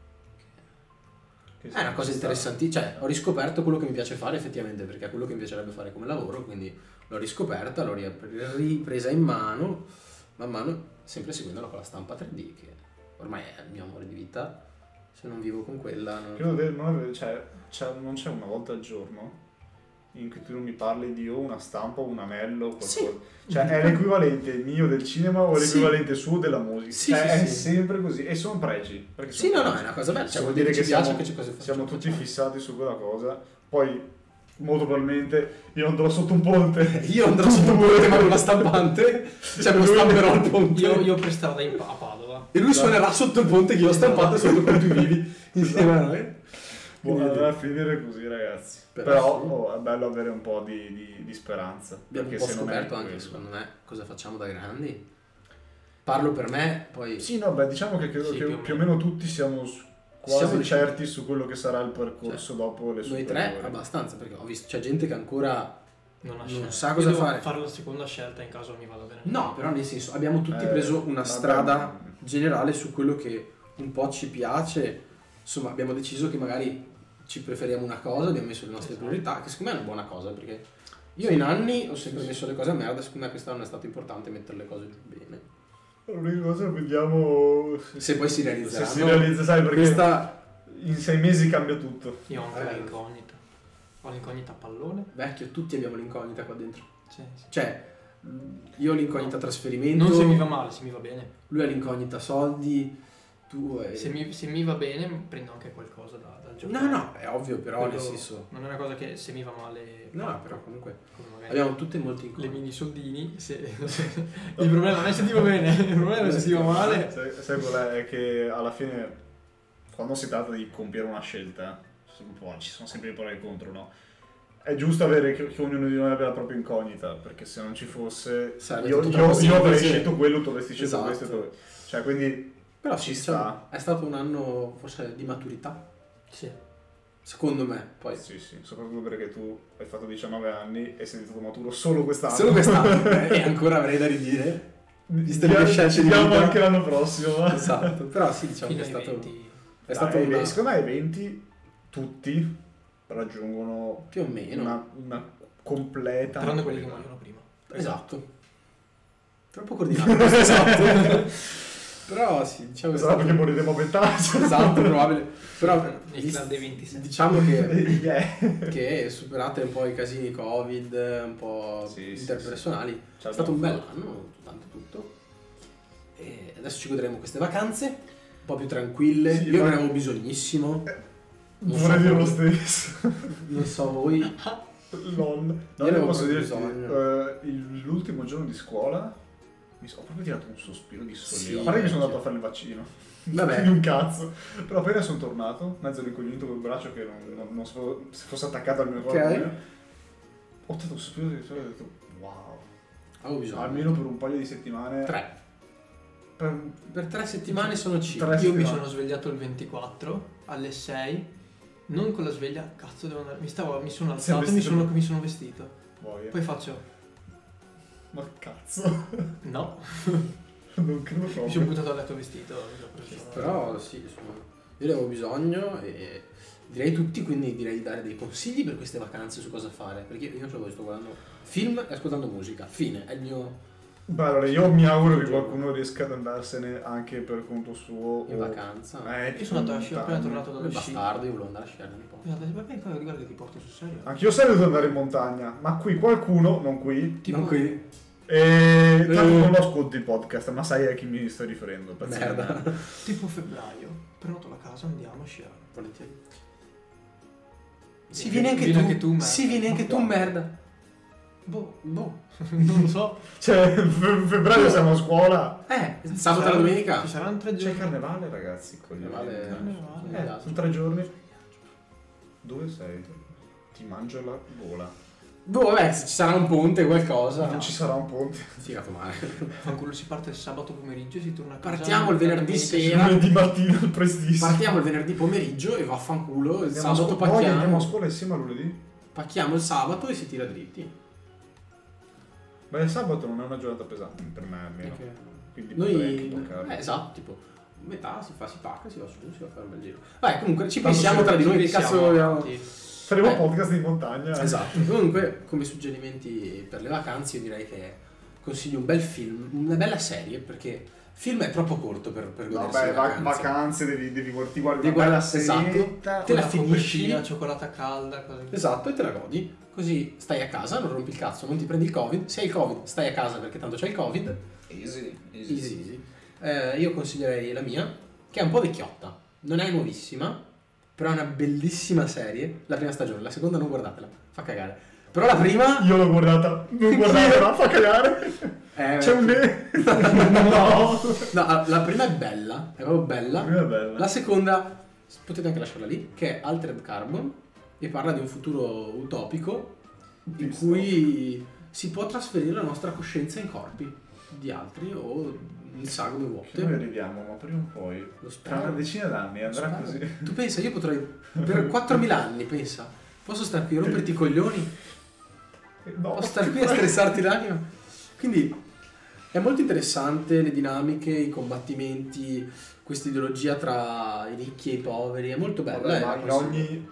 Che È una cosa interessante, cioè ho riscoperto quello che mi piace fare effettivamente, perché è quello che mi piacerebbe fare come lavoro, quindi l'ho riscoperta, l'ho ri- ripresa in mano, man mano sempre seguendola con la stampa tre D, che ormai è il mio amore di vita. Se non vivo con quella non... Credo che non, cioè, c'è- non c'è una volta al giorno in cui tu non mi parli di o una stampa o un anello o qualcosa. Sì. Cioè è l'equivalente mio del cinema o Sì. l'equivalente suo della musica. Sì, Cioè, sì, è sì. sempre così. E sono pregi. Perché Sì, sono no, no, pregi. è una cosa bella, cioè Cioè, vuol dire che ci siamo, piace che ci cosa facciamo. siamo tutti facciamo. fissati su quella cosa. Poi, molto probabilmente, io andrò sotto un ponte. Io andrò sotto un ponte ma con la stampante, cioè me lo stamperò al ponte. Io, io per strada in pa- a Padova. E lui suonerà sotto il ponte che io ho stampato sotto con più vivi insieme a noi. Boh, Quindi- andrà a finire così, ragazzi. Però Però, sì. oh, è bello avere un po' di, di- di speranza. Abbiamo un perché po' se non è scoperto anche, quello- secondo me, cosa facciamo da grandi. Parlo per me, poi... Sì, no, beh, diciamo che credo Sì, che più o più o meno. meno tutti siamo s- quasi Siamo riusciti. certi su quello che sarà il percorso Cioè, dopo le Noi superiori. tre abbastanza, perché ho visto c'è gente che ancora... Non, ha Non scelta. sa Io cosa devo fare. fare la seconda scelta in caso mi vada bene. No, però nel senso, abbiamo tutti Eh, preso una vabbè. strada generale su quello che un po' ci piace. Insomma, abbiamo deciso che magari ci preferiamo una cosa, abbiamo messo le nostre Esatto. priorità, che secondo me è una buona cosa, perché io in anni ho sempre messo le cose a merda, secondo me quest'anno è stato importante mettere le cose giù bene. L'unica cosa vediamo Se poi si se realizzeranno. si realizza, sai, perché Questa in sei mesi cambia tutto. Io ho anche Eh. l'incognita. Ho l'incognita a pallone. vecchio, tutti abbiamo l'incognita qua dentro. Sì, sì. Cioè, io ho l'incognita trasferimento, Non se mi va male, se mi va bene. lui ha l'incognita soldi, tu hai... Se mi, se mi va bene prendo anche qualcosa da, dal gioco. No, no, è ovvio, però nel Quello senso... Non è una cosa che se mi va male. No, però comunque come magari abbiamo tutte molti le incognite. mini soldini. Se, il problema non è se ti va bene, il problema è se ti va male. Sai, sai qual è? È che alla fine, quando si tratta di compiere una scelta, ci sono sempre i pro e i contro, no? È giusto avere che, che ognuno di noi abbia la propria incognita, perché se non ci fosse, Sarebbe io, tutto io, troppo io avrei semplice. scelto quello, tu avresti scelto Esatto. questo, e tu- cioè quindi Però ci ci sta. sta. È stato un anno forse di maturità, Sì. secondo me. Poi Sì, sì, soprattutto perché tu hai fatto diciannove anni e sei diventato maturo solo quest'anno. solo quest'anno eh, e ancora avrei da ridire. Viste le mie scelte Ci di vediamo vita. anche l'anno prossimo. Esatto. Però sì, diciamo Fino che è ai stato, venti. è stato Dai, una- secondo me ai venti tutti raggiungono più o meno. una, una completa Tranne quelli che maturità. muoiono prima. Esatto. Troppo coordinato. questo, esatto. Però sì, diciamo che è Esatto, perché stato... moriremo a vent'anni. Esatto, probabile. Però Nel club dei ventisei. diciamo che... Yeah. che superate un po' i casini Covid, un po' Sì, sì, interpersonali, sì. è stato un bel anno, tanto tutto. E adesso ci godremo queste vacanze, un po' più tranquille. Sì, Io ma- ne avevo bisognissimo, Non Vorrei so dire lo come- stesso. non so voi. Lol. No, Io io avevo posso proprio dirti, bisogno. eh, il- l'ultimo giorno di scuola mi so- ho proprio tirato un sospiro di sollievo. Sì, a parte che mi sono sì. andato a fare il vaccino. Vabbè. Quindi un cazzo. Però appena sono tornato, mezzo rincoglionito col braccio che non, non, non so se fosse attaccato al mio corpo. Ok. eh, Ho tirato un sospiro di sollievo e ho detto wow. Avevo bisogno. Almeno per un paio di settimane. Tre. Per, Per tre settimane sono cinque. Tre Io mi settimane. sono svegliato il ventiquattro alle sei, non con la sveglia, cazzo devo andare. Mi, stavo, mi sono Sei alzato e mi vestito? sono, mi sono vestito. Boia. Poi faccio, Ma cazzo. no, Non credo mi sono proprio. buttato a letto vestito. mi sono preso- Però sì, insomma, io ne avevo bisogno e direi tutti, quindi direi di dare dei consigli per queste vacanze su cosa fare. Perché io non so, sto guardando film e ascoltando musica. Fine, è il mio... Beh, allora io mi auguro che qualcuno riesca ad andarsene anche per conto suo. In o... vacanza. Eh, Io sono andato a sci, appena tornato Come dallo sci. bastardo, io volevo andare a sciare un po'. Guarda, vabbè, poi guarda che ti porto sul serio. Anch'io sarei dovuto andare in montagna, ma qui qualcuno, non qui, Tipo, Non qui. e tanto Eh. non lo ascolto il podcast, ma sai a chi mi sto riferendo. pezzo di Merda. merda. tipo febbraio, prenoto la casa, andiamo a sciare. Volentieri. Sì, Si viene anche vieni tu. anche tu, merda. Si viene anche tu, No. merda. Boh, boh, non lo so. Cioè, fe- febbraio siamo a scuola. Eh, sabato e la domenica. Ci saranno tre C'è il giorni. carnevale, ragazzi. coglioni. Carnevale- Carnevale. Eh, sono tre giorni. Dove sei? Ti mangio la gola. Boh, vabbè, se ci sarà un ponte, qualcosa. Non ci sarà un ponte. Figato male. Fanculo, si parte il sabato pomeriggio e si torna a casa. Partiamo il venerdì domenica sera. Lunedì mattina al prestissimo. Partiamo il venerdì pomeriggio e vaffanculo. Il Andiamo a sabato scuola, poi andiamo a pacchiamo. scuola insieme a lunedì. Pacchiamo il sabato e si tira dritti. Beh, il sabato non è una giornata pesante per me almeno. Perché Quindi potrei anche Noi. toccarlo. Eh, esatto, tipo. Metà si fa, si pacca, si va su, si va a fare un bel giro. Vai, comunque ci Tanto pensiamo ci- tra di noi. Che Pensiamo, cazzo vogliamo. infatti. Faremo Eh. podcast in montagna. Esatto. Comunque, come suggerimenti per le vacanze, io direi che consiglio un bel film, una bella serie, perché il film è troppo corto per, per No, godersi beh, le va- vacanze. vacanze, devi, devi guard- ti guardi Devi una bella guardare- esatto. serietta. Te la Una finisci. copertina, cioccolata calda, cose così. Esatto, e te la godi. Così stai a casa, non rompi il cazzo, non ti prendi il Covid. Se hai il Covid, stai a casa perché tanto c'è il Covid. Easy, Easy, easy. Eh, io consiglierei la mia, che è un po' vecchiotta. Non è nuovissima, però è una bellissima serie. La prima stagione, la seconda non guardatela, fa cagare. Però la prima... Io l'ho guardata, non guardatela, fa cagare. Eh, C'è un ne. No. No, la prima è bella, è proprio bella. La prima è bella. La seconda, potete anche lasciarla lì, che è Altered Carbon, e parla di un futuro utopico in Visto. cui si può trasferire la nostra coscienza in corpi di altri o in sagome Che vuote. noi arriviamo, ma prima o poi, Lo tra spero. una decina d'anni andrà Spero. così. Tu pensa, io potrei per quattromila anni, pensa, posso star qui a romperti i coglioni, No. posso star qui a stressarti l'anima. Quindi è molto interessante le dinamiche, i combattimenti, questa ideologia tra i ricchi e i poveri, è molto bella. Vabbè, eh, ma la in consiglio. ogni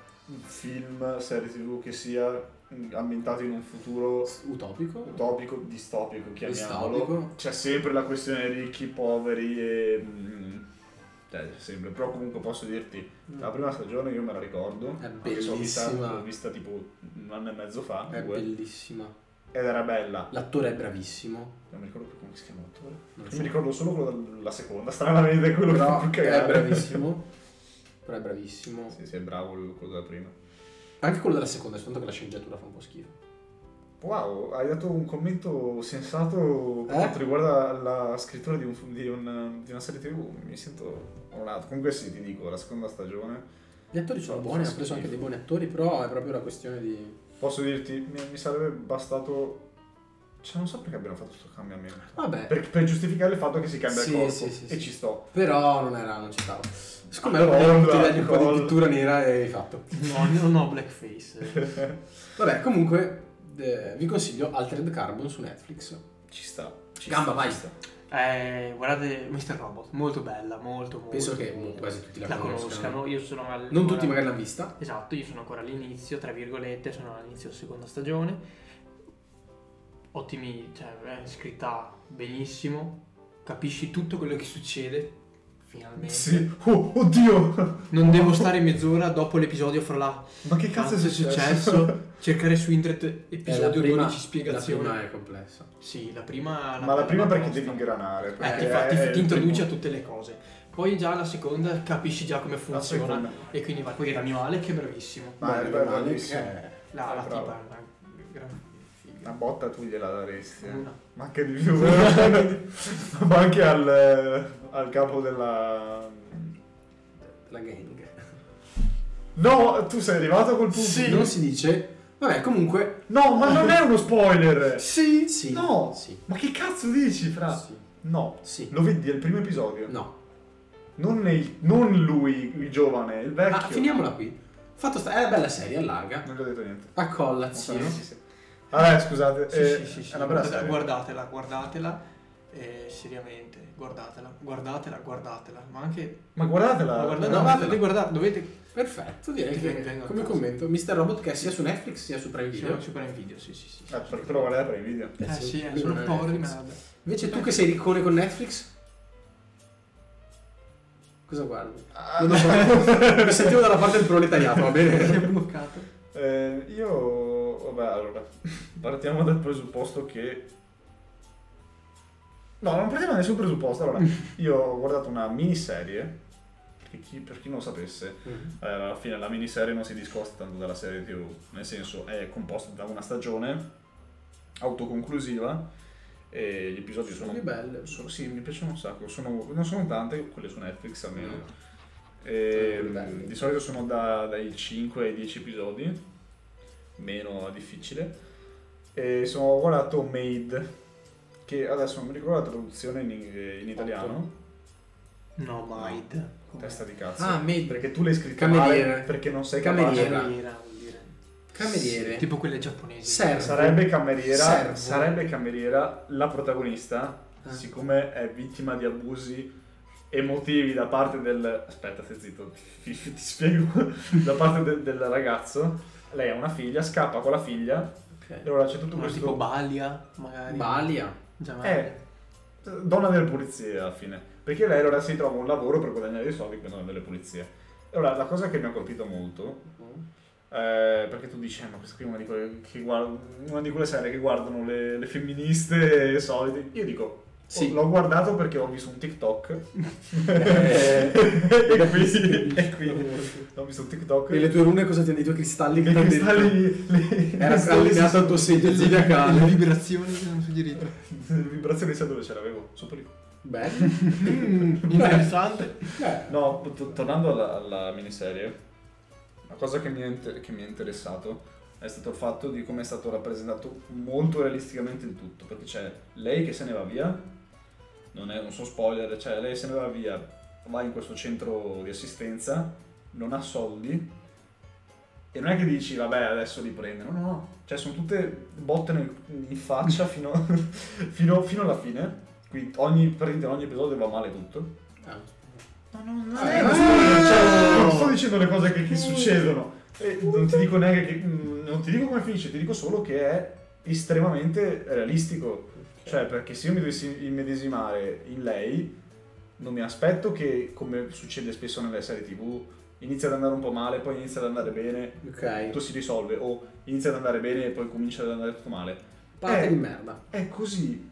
film, serie tv che sia ambientato in un futuro Utopico. utopico, distopico, chiamiamolo, Distopico. c'è sempre la questione ricchi, poveri e... mm, cioè, sempre, però comunque posso dirti, la prima stagione io me la ricordo, È anche se l'ho vista, bellissima. l'ho vista tipo un anno e mezzo fa, È due, bellissima. ed era bella. L'attore è bravissimo. Non mi ricordo più come si chiama l'attore. Non lo Io so. mi ricordo solo quello della seconda, stranamente è quello che Però fa più è cagare. bravissimo. Però è bravissimo. Sì, sì, è bravo il- quello della prima. Anche quello della seconda, soltanto che la sceneggiatura fa un po' schifo. Wow, hai dato un commento sensato per Eh? quanto riguarda la scrittura di, un, di, un, di una serie tv. Mi sento onorato. Comunque sì, ti dico, la seconda stagione. Gli attori sono Fa- buoni, fa hanno preso anche schifo. dei buoni attori, però è proprio una questione di... Posso dirti, mi, mi sarebbe bastato... Cioè, non so perché abbiano fatto questo cambiamento. Vabbè, Per, per giustificare il fatto che si cambia Sì, il corpo. sì, sì, e sì. ci sto. però non era, non ci stava. Siccome Ah, ero colla, tutti dagli un po' di colla. pittura nera e hai fatto. No, non ho blackface. Vabbè, comunque eh, vi consiglio Altered Carbon su Netflix. Ci sta. Ci Gamba, sta, vai. ci sta. Eh, guardate mister Robot, molto bella, molto molto. Penso che quasi tutti la, la conoscano. conoscano. Io sono al- Non tutti ancora- magari l'hanno vista. Esatto, io sono ancora all'inizio, tra virgolette, sono all'inizio della seconda stagione. Ottimi, cioè è scritta benissimo, capisci tutto quello che succede, finalmente. Sì. Oh, oddio! Non devo stare mezz'ora dopo l'episodio fra là. Ma che cazzo, Cazzo è successo? Cercare su internet È la episodio prima, dodici spiegazioni. La prima è complessa. Sì, la prima... Ma la prima perché tosta. devi ingranare. Eh, perché ti, fa- ti- è ti il introduce a primo- tutte le cose. Poi già la seconda capisci già come La funziona. seconda. E quindi va. Poi il animale che è bravissimo. Ma è Beh, bello, Malik bellissimo. è- La, Eh, la bravo. tipa è una gran figa. Una botta tu gliela daresti. eh. Una. Ma anche di più. Ma anche al, al capo della... La gang. No, tu sei arrivato col punto. Sì. Non si dice. Vabbè, comunque. No, ma non è uno spoiler. Sì, Sì. No. Sì. Ma che cazzo dici, fra? Sì. No. Sì. Lo vedi al primo episodio? No. Non, nei- non lui, il giovane, il vecchio. Ah, finiamola qui. Fatto sta. È una bella serie, allarga. Non gli ho detto niente. A colla, zio. Sì, sì, sì. Vabbè, scusate. Sì, eh, sì, sì, sì. È una bella Guarda- serie. Guardatela, guardatela. E seriamente, guardatela, guardatela, guardatela, ma anche... Ma guardatela! Ma guardate, no, no, guardatela. dovete guardare, dovete... Perfetto, direi Ti che vengo a come casa. commento mister Robot che è sia su Netflix sia su Prime Video. Su Prime Video, sì, sì, sì. Eh, perché te lo guardate per i video. Eh sì, sì, eh, quindi sono non è povero di Netflix. merda. Invece tu che sei riccone con Netflix? Cosa guardi? Ah. Non lo so. Mi sentivo dalla parte del proletariato, va Si è bene? bloccato. Eh, io, vabbè, allora, partiamo dal presupposto che... No, non partiamo da nessun presupposto. Allora, io ho guardato una miniserie, che chi, per chi non lo sapesse, eh, alla fine la miniserie non si discosta tanto dalla serie tivù, nel senso è composta da una stagione autoconclusiva e gli episodi sono... Sono belle. sono- sì, mi piacciono un sacco, sono, non sono tante, quelle su Netflix almeno. Mm. E, Sono belle. di solito sono da- dai cinque ai dieci episodi, meno difficile. E sono ho guardato Made, che adesso non mi ricordo la traduzione in, in italiano. No, Maid. Testa di cazzo. Ah, Made. Perché tu l'hai scritto Cameriere. male perché non sei Cameriere. capace. Cameriera vuol dire. Cameriere. Tipo quelle giapponesi. Servo. Sarebbe cameriera, Servo. sarebbe cameriera la protagonista, Ah. siccome è vittima di abusi emotivi da parte del... Aspetta, stai zitto, ti, ti spiego. Da parte del- del ragazzo. Lei ha una figlia, scappa con la figlia e Ok. allora c'è tutto Ma questo... tipo Balia, magari. Balia. Già Eh, donna delle pulizie alla fine, perché lei allora si trova un lavoro per guadagnare dei soldi come donna delle pulizie. E allora la cosa che mi ha colpito molto, eh, perché tu dici, eh, ma questa qui è una di quelle, che guard- una di quelle serie che guardano le, le femministe solite. Io dico, Sì. oh, l'ho guardato perché ho visto un TikTok Eh. e quindi, e quindi ho visto un TikTok E le tue rune cosa ti hanno detto? I cristalli che i ti hanno detto? cristalli li- Era cristalli allineato al tuo segno Le zodiacale. vibrazioni che hanno suggerito. le vibrazioni sai dove ce l'avevo? Sopra lì. Beh. Mm, interessante. Eh. No, to- tornando alla, alla miniserie, la cosa che mi, è inter- che mi è interessato è stato il fatto di come è stato rappresentato molto realisticamente il tutto, perché c'è lei che se ne va via, non, è, non sono spoiler, cioè lei se ne va via, va in questo centro di assistenza, non ha soldi e non è che dici vabbè adesso li prende, no no no, cioè sono tutte botte nel- in faccia fino, fino, fino alla fine, quindi ogni, praticamente ogni episodio va male tutto. Ah. No, no, no, Ah, non, no. sto, cioè, non sto dicendo le cose che, che succedono. E non ti dico neanche che. mm, Non ti dico come finisce, ti dico solo che è estremamente realistico. Cioè, perché se io mi dovessi immedesimare in lei, non mi aspetto che, come succede spesso nelle serie tivù, inizia ad andare un po' male, poi inizia ad andare bene, Ok. tutto si risolve, o inizia ad andare bene e poi comincia ad andare tutto male. Parte Eh. di merda. È così.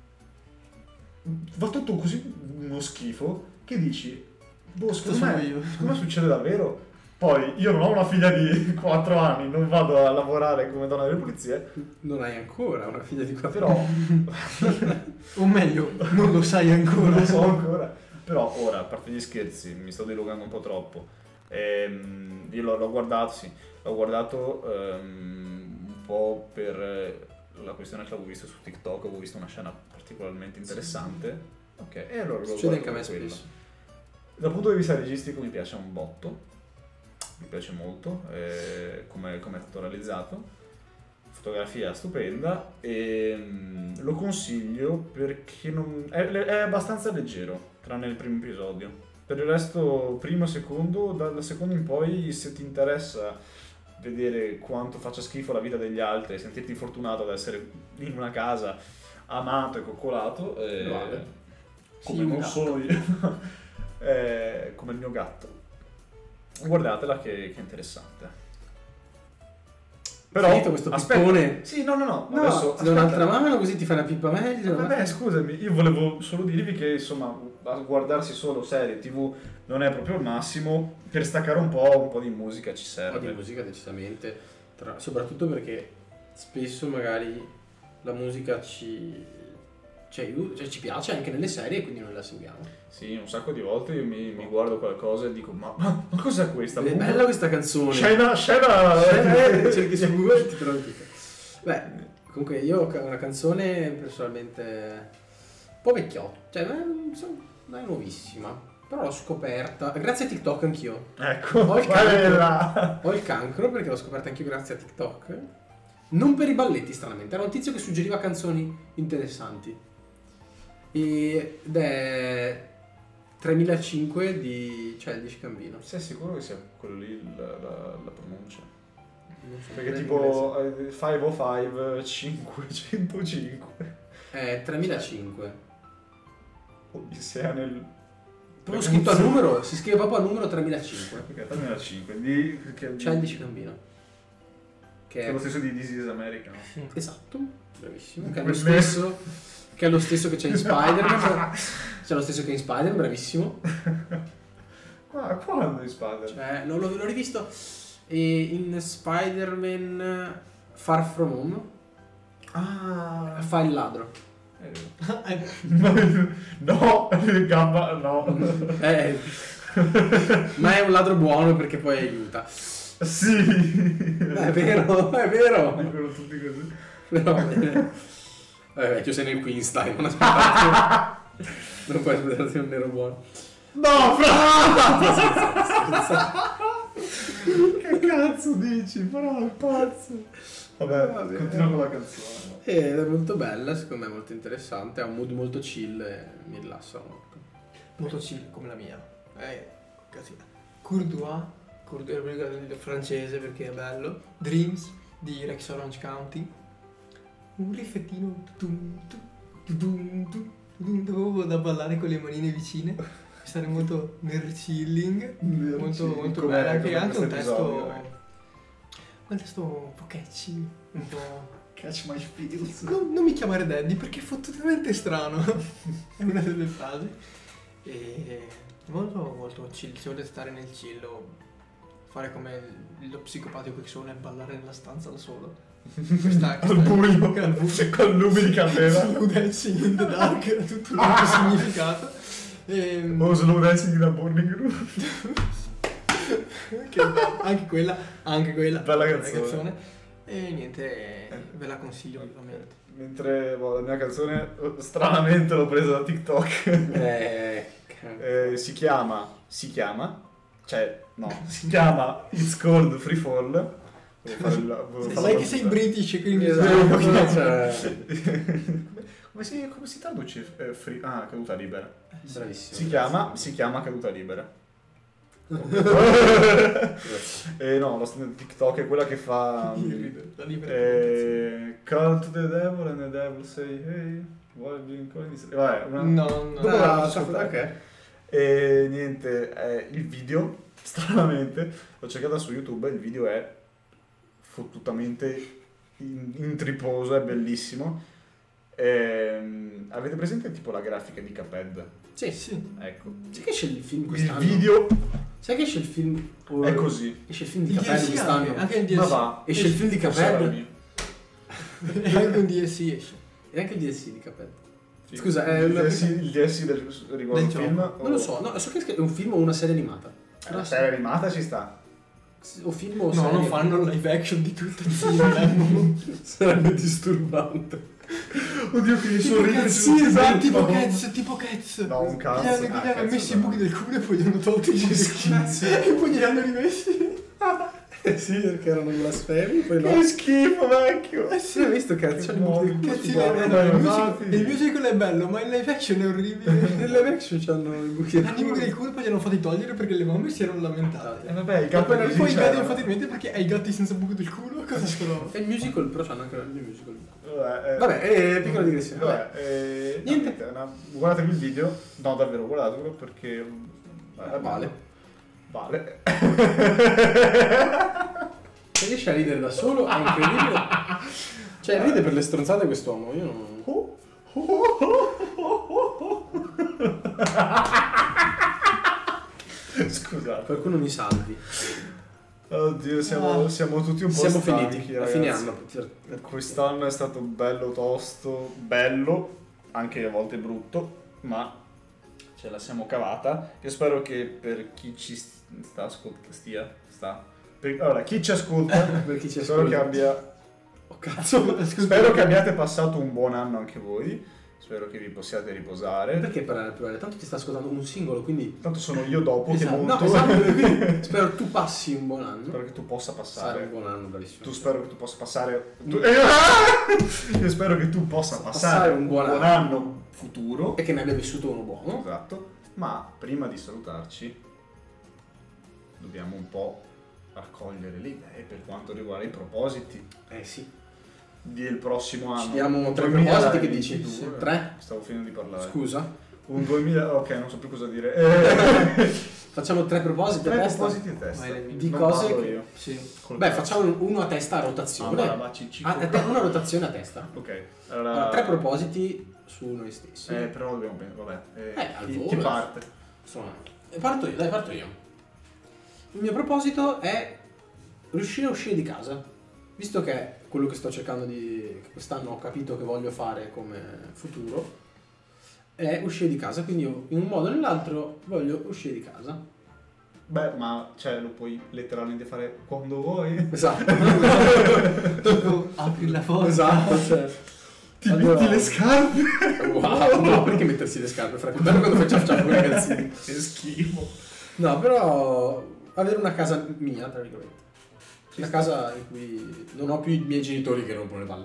Va tutto così uno schifo che dici, boh, secondo sono me, io. secondo me succede davvero. Poi io non ho una figlia di quattro anni, non vado a lavorare come donna delle pulizie, Non hai ancora una figlia di quattro però O meglio, non lo sai ancora. non lo so ancora. Però ora, a parte gli scherzi, mi sto dilungando un po' troppo. Ehm, io l'ho, l'ho guardato, sì, l'ho guardato ehm, un po' per eh, la questione che avevo visto su TikTok, avevo visto una scena particolarmente interessante. Ok, e allora l'ho Succede anche guardato a me per quello. spesso. Dal punto di vista registico mi piace un botto, mi piace molto eh, come come è stato realizzato, fotografia stupenda e mm, lo consiglio perché non, è, è abbastanza leggero, tranne il primo episodio. Per il resto, primo e secondo, dal secondo in poi, se ti interessa vedere quanto faccia schifo la vita degli altri e sentirti fortunato ad essere in una casa amato e coccolato, eh, Vale. come Sì, un non gatto. sono io, eh, come il mio gatto, guardatela che, che è interessante. Però Finito questo aspetta, pippone. sì, no, no, no, No, adesso ti do un'altra aspetta. mano così ti fai una pippa meglio. Vabbè, scusami, io volevo solo dirvi che insomma a guardarsi solo serie tivù non è proprio il massimo, per staccare un po', un po' di musica ci Un po' di serve. musica decisamente, tra- soprattutto perché spesso magari la musica ci, ci aiuta, cioè ci piace anche nelle serie e quindi noi la seguiamo. Sì, un sacco di volte io mi, mi guardo qualcosa e dico ma, ma, ma cos'è questa? È bella questa canzone. Scena, scena... Eh, cerchi su Google e ti trovi tutto. Beh, comunque io ho una canzone personalmente un po' vecchiotta, cioè non, so, non è nuovissima, però l'ho scoperta grazie a TikTok anch'io. Ecco, Ho il quella. cancro, ho il cancro perché l'ho scoperta anch'io grazie a TikTok. Non per i balletti, stranamente, era un tizio che suggeriva canzoni interessanti. ed è tremilacinquecento di Childish Gambino. Sei sicuro che sia quello lì la, la, la pronuncia? Non so, Perché non è tipo eh, cinquecentocinque, cinquecentocinque. È tremilacinquecento. Oddio, sei nel... Proprio scritto a numero, si scrive proprio a numero tremilacinquecento. Ok, tremilacinque. Di... Che... Childish Gambino. Che Che è lo stesso di This is America, no? Esatto, bravissimo. Che è lo stesso, che è lo stesso che c'è in Spider-Man. C'è lo stesso che in Spider-Man, bravissimo. Qua, quando in Spider-Man? Cioè, non l'ho, l'ho rivisto e in Spider-Man Far From Home. Ah, Fa il ladro. no, gamba, no. Eh, ma è un ladro buono perché poi aiuta. Sì. È vero, è vero. Dicono tutti così. Però, eh, vecchio, sei nel Queenstein, non aspettarti. Non puoi aspettarti un nero buono. No, fra! Che cazzo dici? Però è pazzo. Vabbè, Vabbè. continua con la canzone. Ed è molto bella, secondo me è molto interessante, ha un mood molto chill e mi rilassa molto. Molto chill come la mia. Eh, così. Courtois, Courtois è francese perché è bello. Dreams di Rex Orange County. Un riffettino tum, tum, tum, tum, tum, tum, da ballare con le manine vicine. Stare molto nel chilling. Molto, molto Com'è- bello. Anche, com'è anche un questo testo. episodio? Un testo un po' catchy. Un po'. Catch my feels. Non, non mi chiamare Daddy perché è fottutamente strano. È una delle frasi. E molto molto chill. Se volete stare nel chill o fare come lo psicopatico che sono e ballare nella stanza da solo. Questa, Al buio, al buio. con lumi di candela. Slow dancing in the dark ha tutto un altro significato. E, O slow dancing in a burning room. che bello. Anche quella, anche quella. Bella bella canzone. E niente, ve la consiglio vivamente. Mentre boh, la mia canzone stranamente l'ho presa da TikTok. Eh, Eh, si chiama, si chiama, cioè no, si chiama It's Called Free Fall. Volevo fare il- volevo fare Sai la che sei battuta. british quindi esatto, cioè, come, si, come si traduce eh, free? Ah, caduta libera. bravissimo. Si chiama, si chiama caduta libera. Eh, no, lo stand TikTok è quella che fa la libera eh, Call to the devil and the devil say hey, why are you calling this? Vabbè, una... no no Dopo la Ah, faccio ascoltare. ok. E niente, eh, il video, stranamente, l'ho cercata su YouTube, il video è fottutamente in- intriposo, è bellissimo. Ehm, avete presente tipo la grafica di Cuphead? Sì, sì Ecco. sai che esce il film Il quest'anno? video Sai che esce il film? o- è così. Esce il film di il Cuphead D L C quest'anno? anche, anche il D L C Ma va. Esce il film di Forse era il Cuphead? mio. e anche un D L C esce E anche il D L C di Cuphead. Sì. Scusa, è il una- D L C, il D L C del, riguardo Del il film? gioco. Non lo so, no, so che è un film o una serie animata. Eh, la serie animata ci sta. O film o no serie. non fanno live action di tutto insieme Sarebbe disturbante. Oddio che mi tipo sono Cats, ripreso. tipo Cats tipo Cats No, un cazzo. gli hanno, gli Ah, hanno cazzo, messo no. i buchi del culo e poi gli hanno tolto i buchi del culo e poi gli hanno rimessi Eh sì, perché erano blasfemi, poi no. Che schifo, vecchio. Eh sì, hai visto cazzo? Che il buco del modo. culo, Cazzi, tipo, no, no, no, no, il, no, music- no. il musical è bello ma il live action è orribile nel live action c'hanno i buchi del i buchi culo. del culo poi li hanno fatti togliere perché le mamme si erano lamentate E vabbè, i e gatti poi, così poi i gatti c'erano. hanno fatto in mente perché hai i gatti senza buco del culo cosa sono E il musical, però c'hanno anche il musical. Vabbè, eh, Vabbè, eh, piccola digressione. Vabbè, eh, Niente. no, una- guardatevi il video. No, davvero, guardatelo perché... eh, Vale. Vale. Se riesce a ridere da solo è incredibile. Cioè, ride per le stronzate quest'uomo, io non... Scusate. Qualcuno mi salvi. Oddio, siamo, Ah. siamo tutti un po' Siamo stanchi, finiti, a ragazzi. fine anno. Quest'anno è stato bello tosto, bello, anche a volte brutto, ma ce la siamo cavata. Io spero che per chi ci sta ascoltando, stia, sta. Per, allora, chi ci ascolta, Per chi ci spero che ascolta. abbia. Oh cazzo, Spero che abbiate passato un buon anno anche voi. spero che vi possiate riposare. Perché parlare plurale? Tanto ti sta ascoltando un singolo, quindi... Tanto sono io dopo Esatto, che no, monto. esatto, quindi spero tu passi un buon anno. Spero che tu possa Passare passare. un buon anno, bravissimo. Tu spero che tu possa passare. Tu... Io spero che tu possa passare, Passare un buon anno. anno. futuro. E che ne abbia vissuto uno buono. Esatto. Ma prima di salutarci, dobbiamo un po' raccogliere le idee per quanto riguarda i propositi Eh sì. del prossimo anno. Ci diamo tre duemilaventidue. propositi, che dici? Sì. Tre? Stavo finendo di parlare. Scusa. Un duemila. Ok, non so più cosa dire. Eh, Facciamo tre propositi a tre testa. propositi a testa. Vai, le- Di Non cose parlo che- io. Sì. Col Beh, cazzo. facciamo uno a testa a rotazione. Ah, brava, ci- ci- Ah, a te- una rotazione a testa. Ok. Allora, Allora, tre propositi su noi stessi. Eh, però dobbiamo pensare. Vabbè. Eh, Eh, al chi, volo. chi parte? Insomma, e parto io, dai, parto io. Il mio proposito è riuscire a uscire di casa. Visto che è quello che sto cercando di... che quest'anno ho capito che voglio fare come futuro, è uscire di casa. Quindi io, in un modo o nell'altro, voglio uscire di casa. Beh, ma cioè lo puoi letteralmente fare quando vuoi. Esatto. Tipo, apri la porta. Esatto, cioè. Ti Allora- metti le scarpe. Wow, no, perché mettersi le scarpe, Franco? Bello quando facciamo ciao con i ragazzini. Che schifo. No, però avere una casa mia, tra virgolette. Una casa in cui non ho più i miei genitori che rompono le palle.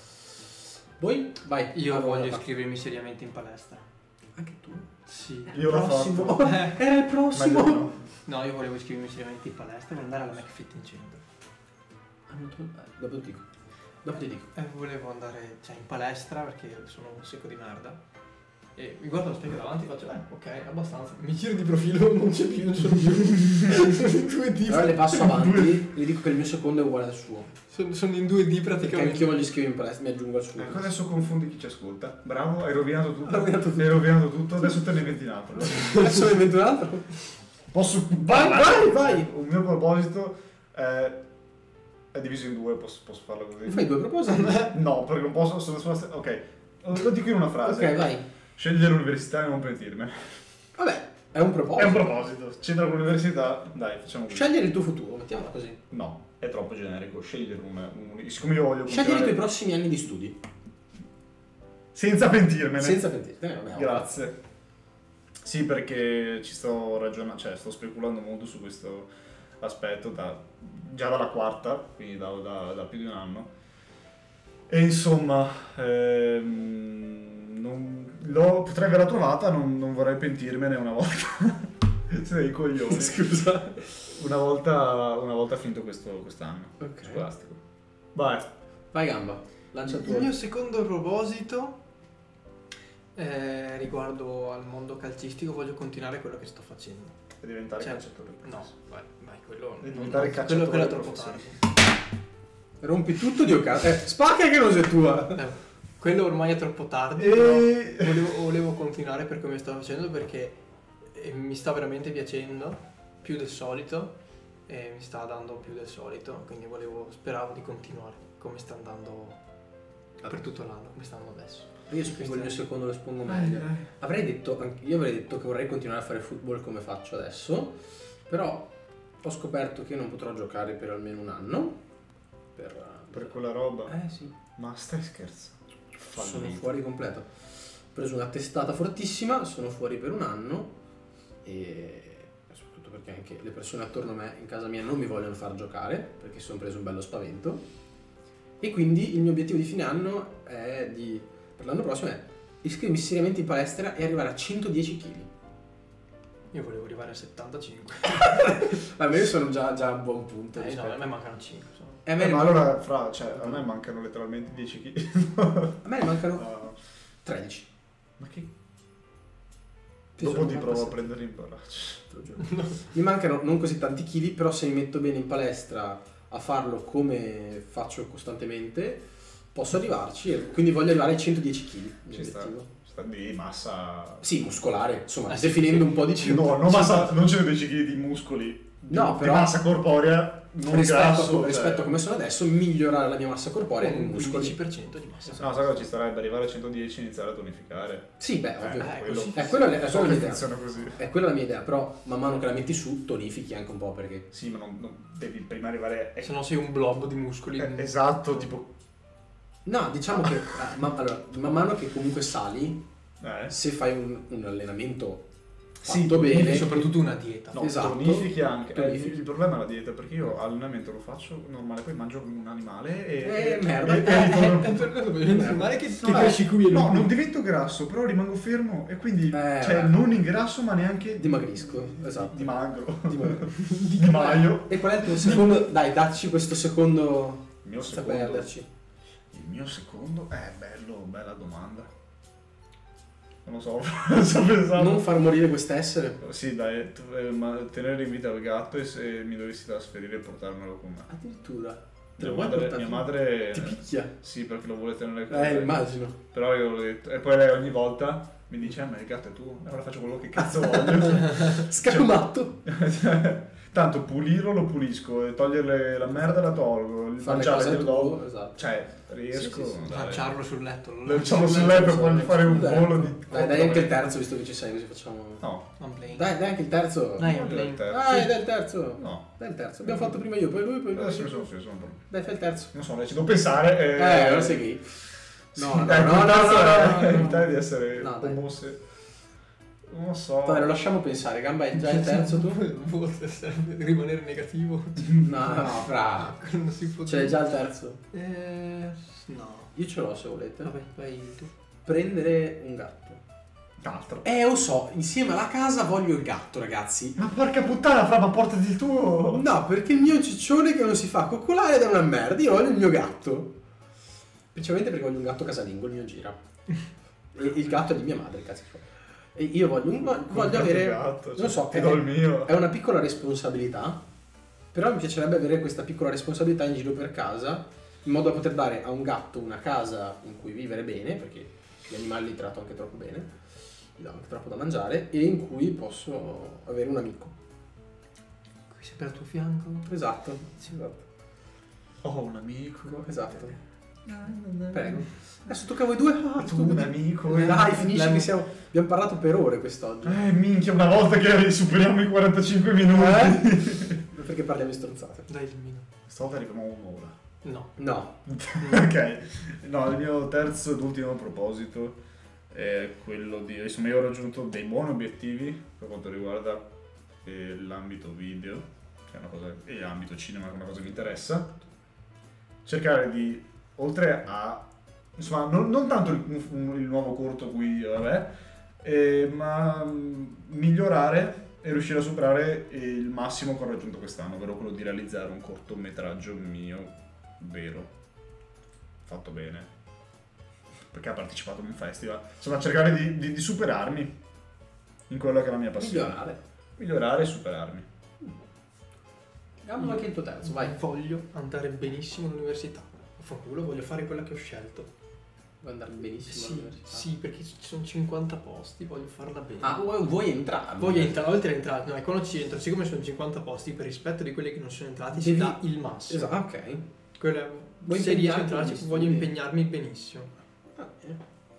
Voi? Vai. Io Allora, voglio va. iscrivermi seriamente in palestra. Anche tu? Sì. Io l'ho Prossimo. fatto. Oh, era il prossimo. Meglio no. No, io volevo iscrivermi seriamente in palestra per andare alla McFit in centro. Ah, non te lo- eh, Dopo ti dico. Dopo ti dico. E volevo andare, cioè, in palestra perché sono un secco di merda. E mi guardo allo specchio davanti e faccio, eh, ok, abbastanza. Mi giro di profilo, non c'è più, non sono più. due D. Allora le passo avanti, gli dico che il mio secondo è uguale al suo. Sono, sono in due D Perché praticamente. anch'io voglio iscrivermi in palestra, mi aggiungo al suo. Ecco, adesso confondi chi ci ascolta. Bravo, hai rovinato tutto. Hai rovinato tutto. Hai rovinato tutto, adesso te ne inventi un altro. Adesso ne invento un altro? Posso. Vai, vai, vai! Un mio proposito è. È diviso in due, posso, posso farlo così? Mi fai due propositi? No, perché non posso. Sono sulla stessa. Ok. Lo dico in una frase. Ok, vai. Scegliere l'università e non pentirmene. Vabbè, è un proposito. È un proposito. C'entra con l'università, dai, facciamo così. Scegliere il tuo futuro, mettiamola così. No, è troppo generico. Scegliere un. un siccome io voglio. Scegliere i continuare- tuoi prossimi anni di studi. Senza pentirmene. Senza pentirtene, vabbè. Grazie. Sì, perché ci sto ragionando, cioè sto speculando molto su questo aspetto da, già dalla quarta, quindi da, da- da più di un anno. E insomma, ehm, non, l'ho- potrei averla trovata, non, non vorrei pentirmene una volta. Siete dei coglioni. Scusa. Una volta, una volta finito questo quest'anno Ok. scolastico. Vai. Vai Gamba, lancia il tuo. Il mio secondo proposito eh, riguardo al mondo calcistico, voglio continuare quello che sto facendo. Per diventare Cioè, calciatore. No, vai, vai, quello Devi non- diventare non- calciatore quello, quello è troppo professionista. tardi. Rompi tutto, Dio cazzo. Eh, spacca che non sei tua. Eh, quello ormai è troppo tardi, E- però volevo, volevo continuare per come stavo facendo perché eh, mi sta veramente piacendo più del solito e mi sta dando più del solito, quindi volevo, speravo di continuare come sta andando per tutto l'anno, come sta andando adesso. Io espongo il mio secondo, lo espongo meglio. Avrei detto, anche- io avrei detto che vorrei continuare a fare football come faccio adesso, però ho scoperto che io non potrò giocare per almeno un anno. Per, Per quella roba. Eh sì, Ma stai scherzando? sono Fallito. fuori completo. Ho preso una testata fortissima, sono fuori per un anno e soprattutto perché anche le persone attorno a me in casa mia non mi vogliono far giocare perché si sono preso un bello spavento. E quindi il mio obiettivo di fine anno è di, per l'anno prossimo è iscrivermi seriamente in palestra e arrivare a centodieci chili. Io volevo arrivare a settantacinque. Ma io sono già, già a un buon punto. Eh, no, rispetto- a me mancano cinque. Sono... E a me Eh, ne ma man- allora, fra, cioè, a me mancano letteralmente dieci chili. a me ne mancano No. tredici. Ma che... Ti Dopo sono ti provo a novantasette, prendere in braccio. te lo giuro. Mi mancano non così tanti chili, però se mi metto bene in palestra a farlo come faccio costantemente, posso arrivarci e quindi voglio arrivare ai centodieci chili. Ci sta. Sta di massa... Sì, muscolare, insomma, Ah, sì, definendo sì. un po' di cibo. No, non, massa, non ce ne dieci chili di muscoli. Di, No, di però- massa corporea, non rispetto, grasso. a, rispetto a cioè. come sono adesso, migliorare la mia massa corporea con un muscoli. quindici per cento di massa. No, sai cosa ci starebbe? Arrivare a centodieci e iniziare a tonificare. Sì, beh, Eh, ovvio. eh, quello. così. È quella, è So quella la che mia idea. funziona così. È quella la mia idea, però man mano che la metti su tonifichi anche un po' perché... Sì, ma non, non- devi prima arrivare... Se no sei un blob di muscoli. Eh, esatto, tipo... No, diciamo che eh, ma, allora, man mano che comunque sali, Eh? se fai un, un allenamento Sì, fatto bene, soprattutto una dieta. No, Esatto. tonifichi anche. Eh, Tonifichi. il problema è la dieta, perché io allenamento lo faccio normale, poi mangio come un animale e... Eh, merda. e- e ritorno- È per quello che normale che ti No, cresci qui e No, lui. non divento grasso, però rimango fermo e quindi, Eh, cioè, vabbè. non ingrasso ma neanche dimagrisco, esatto. dimagro. Dimagro. Di maio. E qual è il tuo secondo? Dai, dacci questo secondo Il mio senza secondo... perderci. Il mio secondo? Eh, bello, bella domanda. Non lo so, non so pensare. Non far morire quest'essere. Sì, dai, t- eh, ma tenere in vita il gatto e se mi dovessi trasferire portarmelo con me. Addirittura. Te Mia lo vuoi madre, portare mia tu? madre Ti picchia. sì, perché lo vuole tenere con Eh, me. immagino. Però io l'ho detto. E poi lei ogni volta mi dice: "Ah, ma il gatto è tuo, allora faccio quello che cazzo voglio." Scacumatto. Tanto pulirlo lo pulisco, e togliere la merda la tolgo, il Fare le mangiare cose glielo tu, do. esatto. Cioè, riesco. Sì, sì, sì. dai. Lanciarlo sul letto. lo Lo lanci lasciamo sul letto per fargli fare un Dai, volo di. Dai, dai anche il terzo, visto che ci sei, così facciamo. No, I'm playing. Dai, dai anche il terzo. Dai, non I'm il playing. terzo. Dai, dai il terzo. No. Dai il terzo. Abbiamo fatto prima io, poi lui, poi lui. Adesso mi sono offeso, non problema. Dai, fai il terzo. Non so, ci devo pensare. Eh, Eh, non sei gay. No, sì, no, dai, no, il no, terzo no, è no, no, no. evitare di essere No, dai. omose. Non lo so. Vabbè, lo lasciamo pensare. Gamba è già il terzo tu? Vuole rimanere negativo. No, no, bravo. Non si può C'è dire. già il terzo. Eh, no. Io ce l'ho se volete. Vabbè, vai tu. Prendere un gatto. Altro. Eh, lo so, insieme alla casa voglio il gatto, ragazzi. Ma porca puttana, Fra, ma portati il tuo. No, perché il mio ciccione che non si fa coccolare da una merda, io voglio il mio gatto. Principalmente perché voglio un gatto casalingo, il mio gira. E il gatto è di mia madre, cazzo. E io voglio, un, voglio Comprati avere... il gatto, non cioè, so, ti è, do il mio. è una piccola responsabilità, però mi piacerebbe avere questa piccola responsabilità in giro per casa, in modo da poter dare a un gatto una casa in cui vivere bene, perché gli animali li tratto anche troppo bene, gli do anche troppo da mangiare, e in cui posso avere un amico. Qui sempre al tuo fianco. Esatto, esatto. Ho un amico. Esatto. Prego. Adesso tocca a voi due. Ah, Tu un amico. Eh, Dai, La- finisci che siamo... Abbiamo parlato per ore quest'oggi. Eh, minchia, una volta che superiamo i quarantacinque minuti. Eh? Perché parliamo di stronzate? Dai, il mio. Stavolta arriviamo a un'ora. No. No. Ok. No, il mio terzo ed ultimo proposito è quello di... Insomma, io ho raggiunto dei buoni obiettivi per quanto riguarda eh, l'ambito video, che è una cosa... e l'ambito cinema, che è una cosa che mi interessa. Cercare di, oltre a... Insomma, non, non tanto il, il nuovo corto qui, vabbè, eh, ma mm, migliorare e riuscire a superare il massimo che ho raggiunto quest'anno, ovvero quello di realizzare un cortometraggio mio vero, fatto bene, perché ha partecipato a un festival. Insomma, cercare di, di, di superarmi in quello che è la mia passione. Migliorare. Migliorare e superarmi. Diamo anche il tuo terzo, vai. Voglio andare benissimo all'università. Fanculo, voglio fare quella che ho scelto. Vuoi andare benissimo Sì, all'università? sì, perché ci sono cinquanta posti, voglio farla bene. Ah, vuoi, vuoi entrare? Voglio entrare, oltre a entrare, no, e quando ci entro, siccome sono cinquanta posti, per rispetto di quelli che non sono entrati, si Devi- dà il massimo. Esatto, ok. Quello è- Vuoi se riesco a impegnarti entrarci, negli voglio studi? impegnarmi benissimo. Va bene.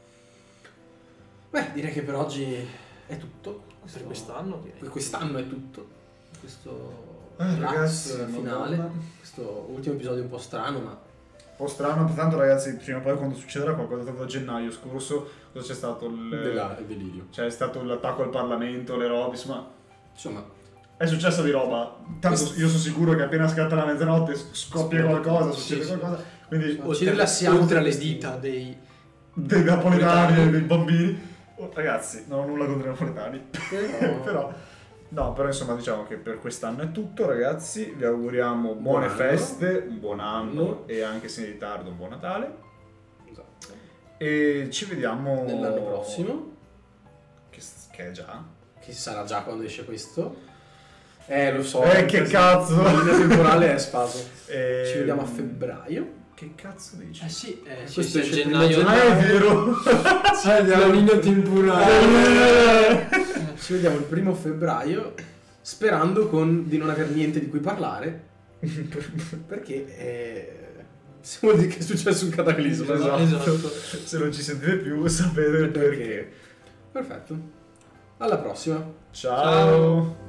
Beh, direi che per oggi è tutto. Per quest'anno direi. Per quest'anno è tutto. Questo Eh, relax ragazzi, finale. Madonna. Questo ultimo episodio un po' strano, ma Un po' strano, tanto ragazzi, prima o poi quando succederà qualcosa, tanto a gennaio scorso, cosa c'è stato? Il, della- il delirio. c'è stato l'attacco al Parlamento, le robe, insomma, Insomma, è successo di roba. Tanto Questo- io sono sicuro che appena scatta la mezzanotte scoppia qualcosa, Sì, succede sì. qualcosa. Quindi Ci rilassiamo oltre per alle questi- dita dei... dei napoletani e dei bambini. Oh, ragazzi, non ho nulla contro i napoletani. Però- però, no, però insomma diciamo che per quest'anno è tutto, ragazzi. Vi auguriamo buone Buon anno. feste, un buon anno Anno. e anche se in ritardo un buon Natale. esatto. E ci vediamo Nell'anno prossimo, Che, che è già. che sarà già quando esce questo. Eh, lo so. Eh, che cazzo! La linea temporale è spaso. E... Ci vediamo a febbraio. Che cazzo dici? Eh sì, eh, sì, Questo sì, esce il gennaio. primo Ah, è vero! La linea temporale. Ci vediamo il primo febbraio, sperando con, di non aver niente di cui parlare, perché eh, se vuol dire che è successo un cataclisma. Esatto. Esatto. Se non ci sentite più sapete il perché. Perfetto. Alla prossima. Ciao.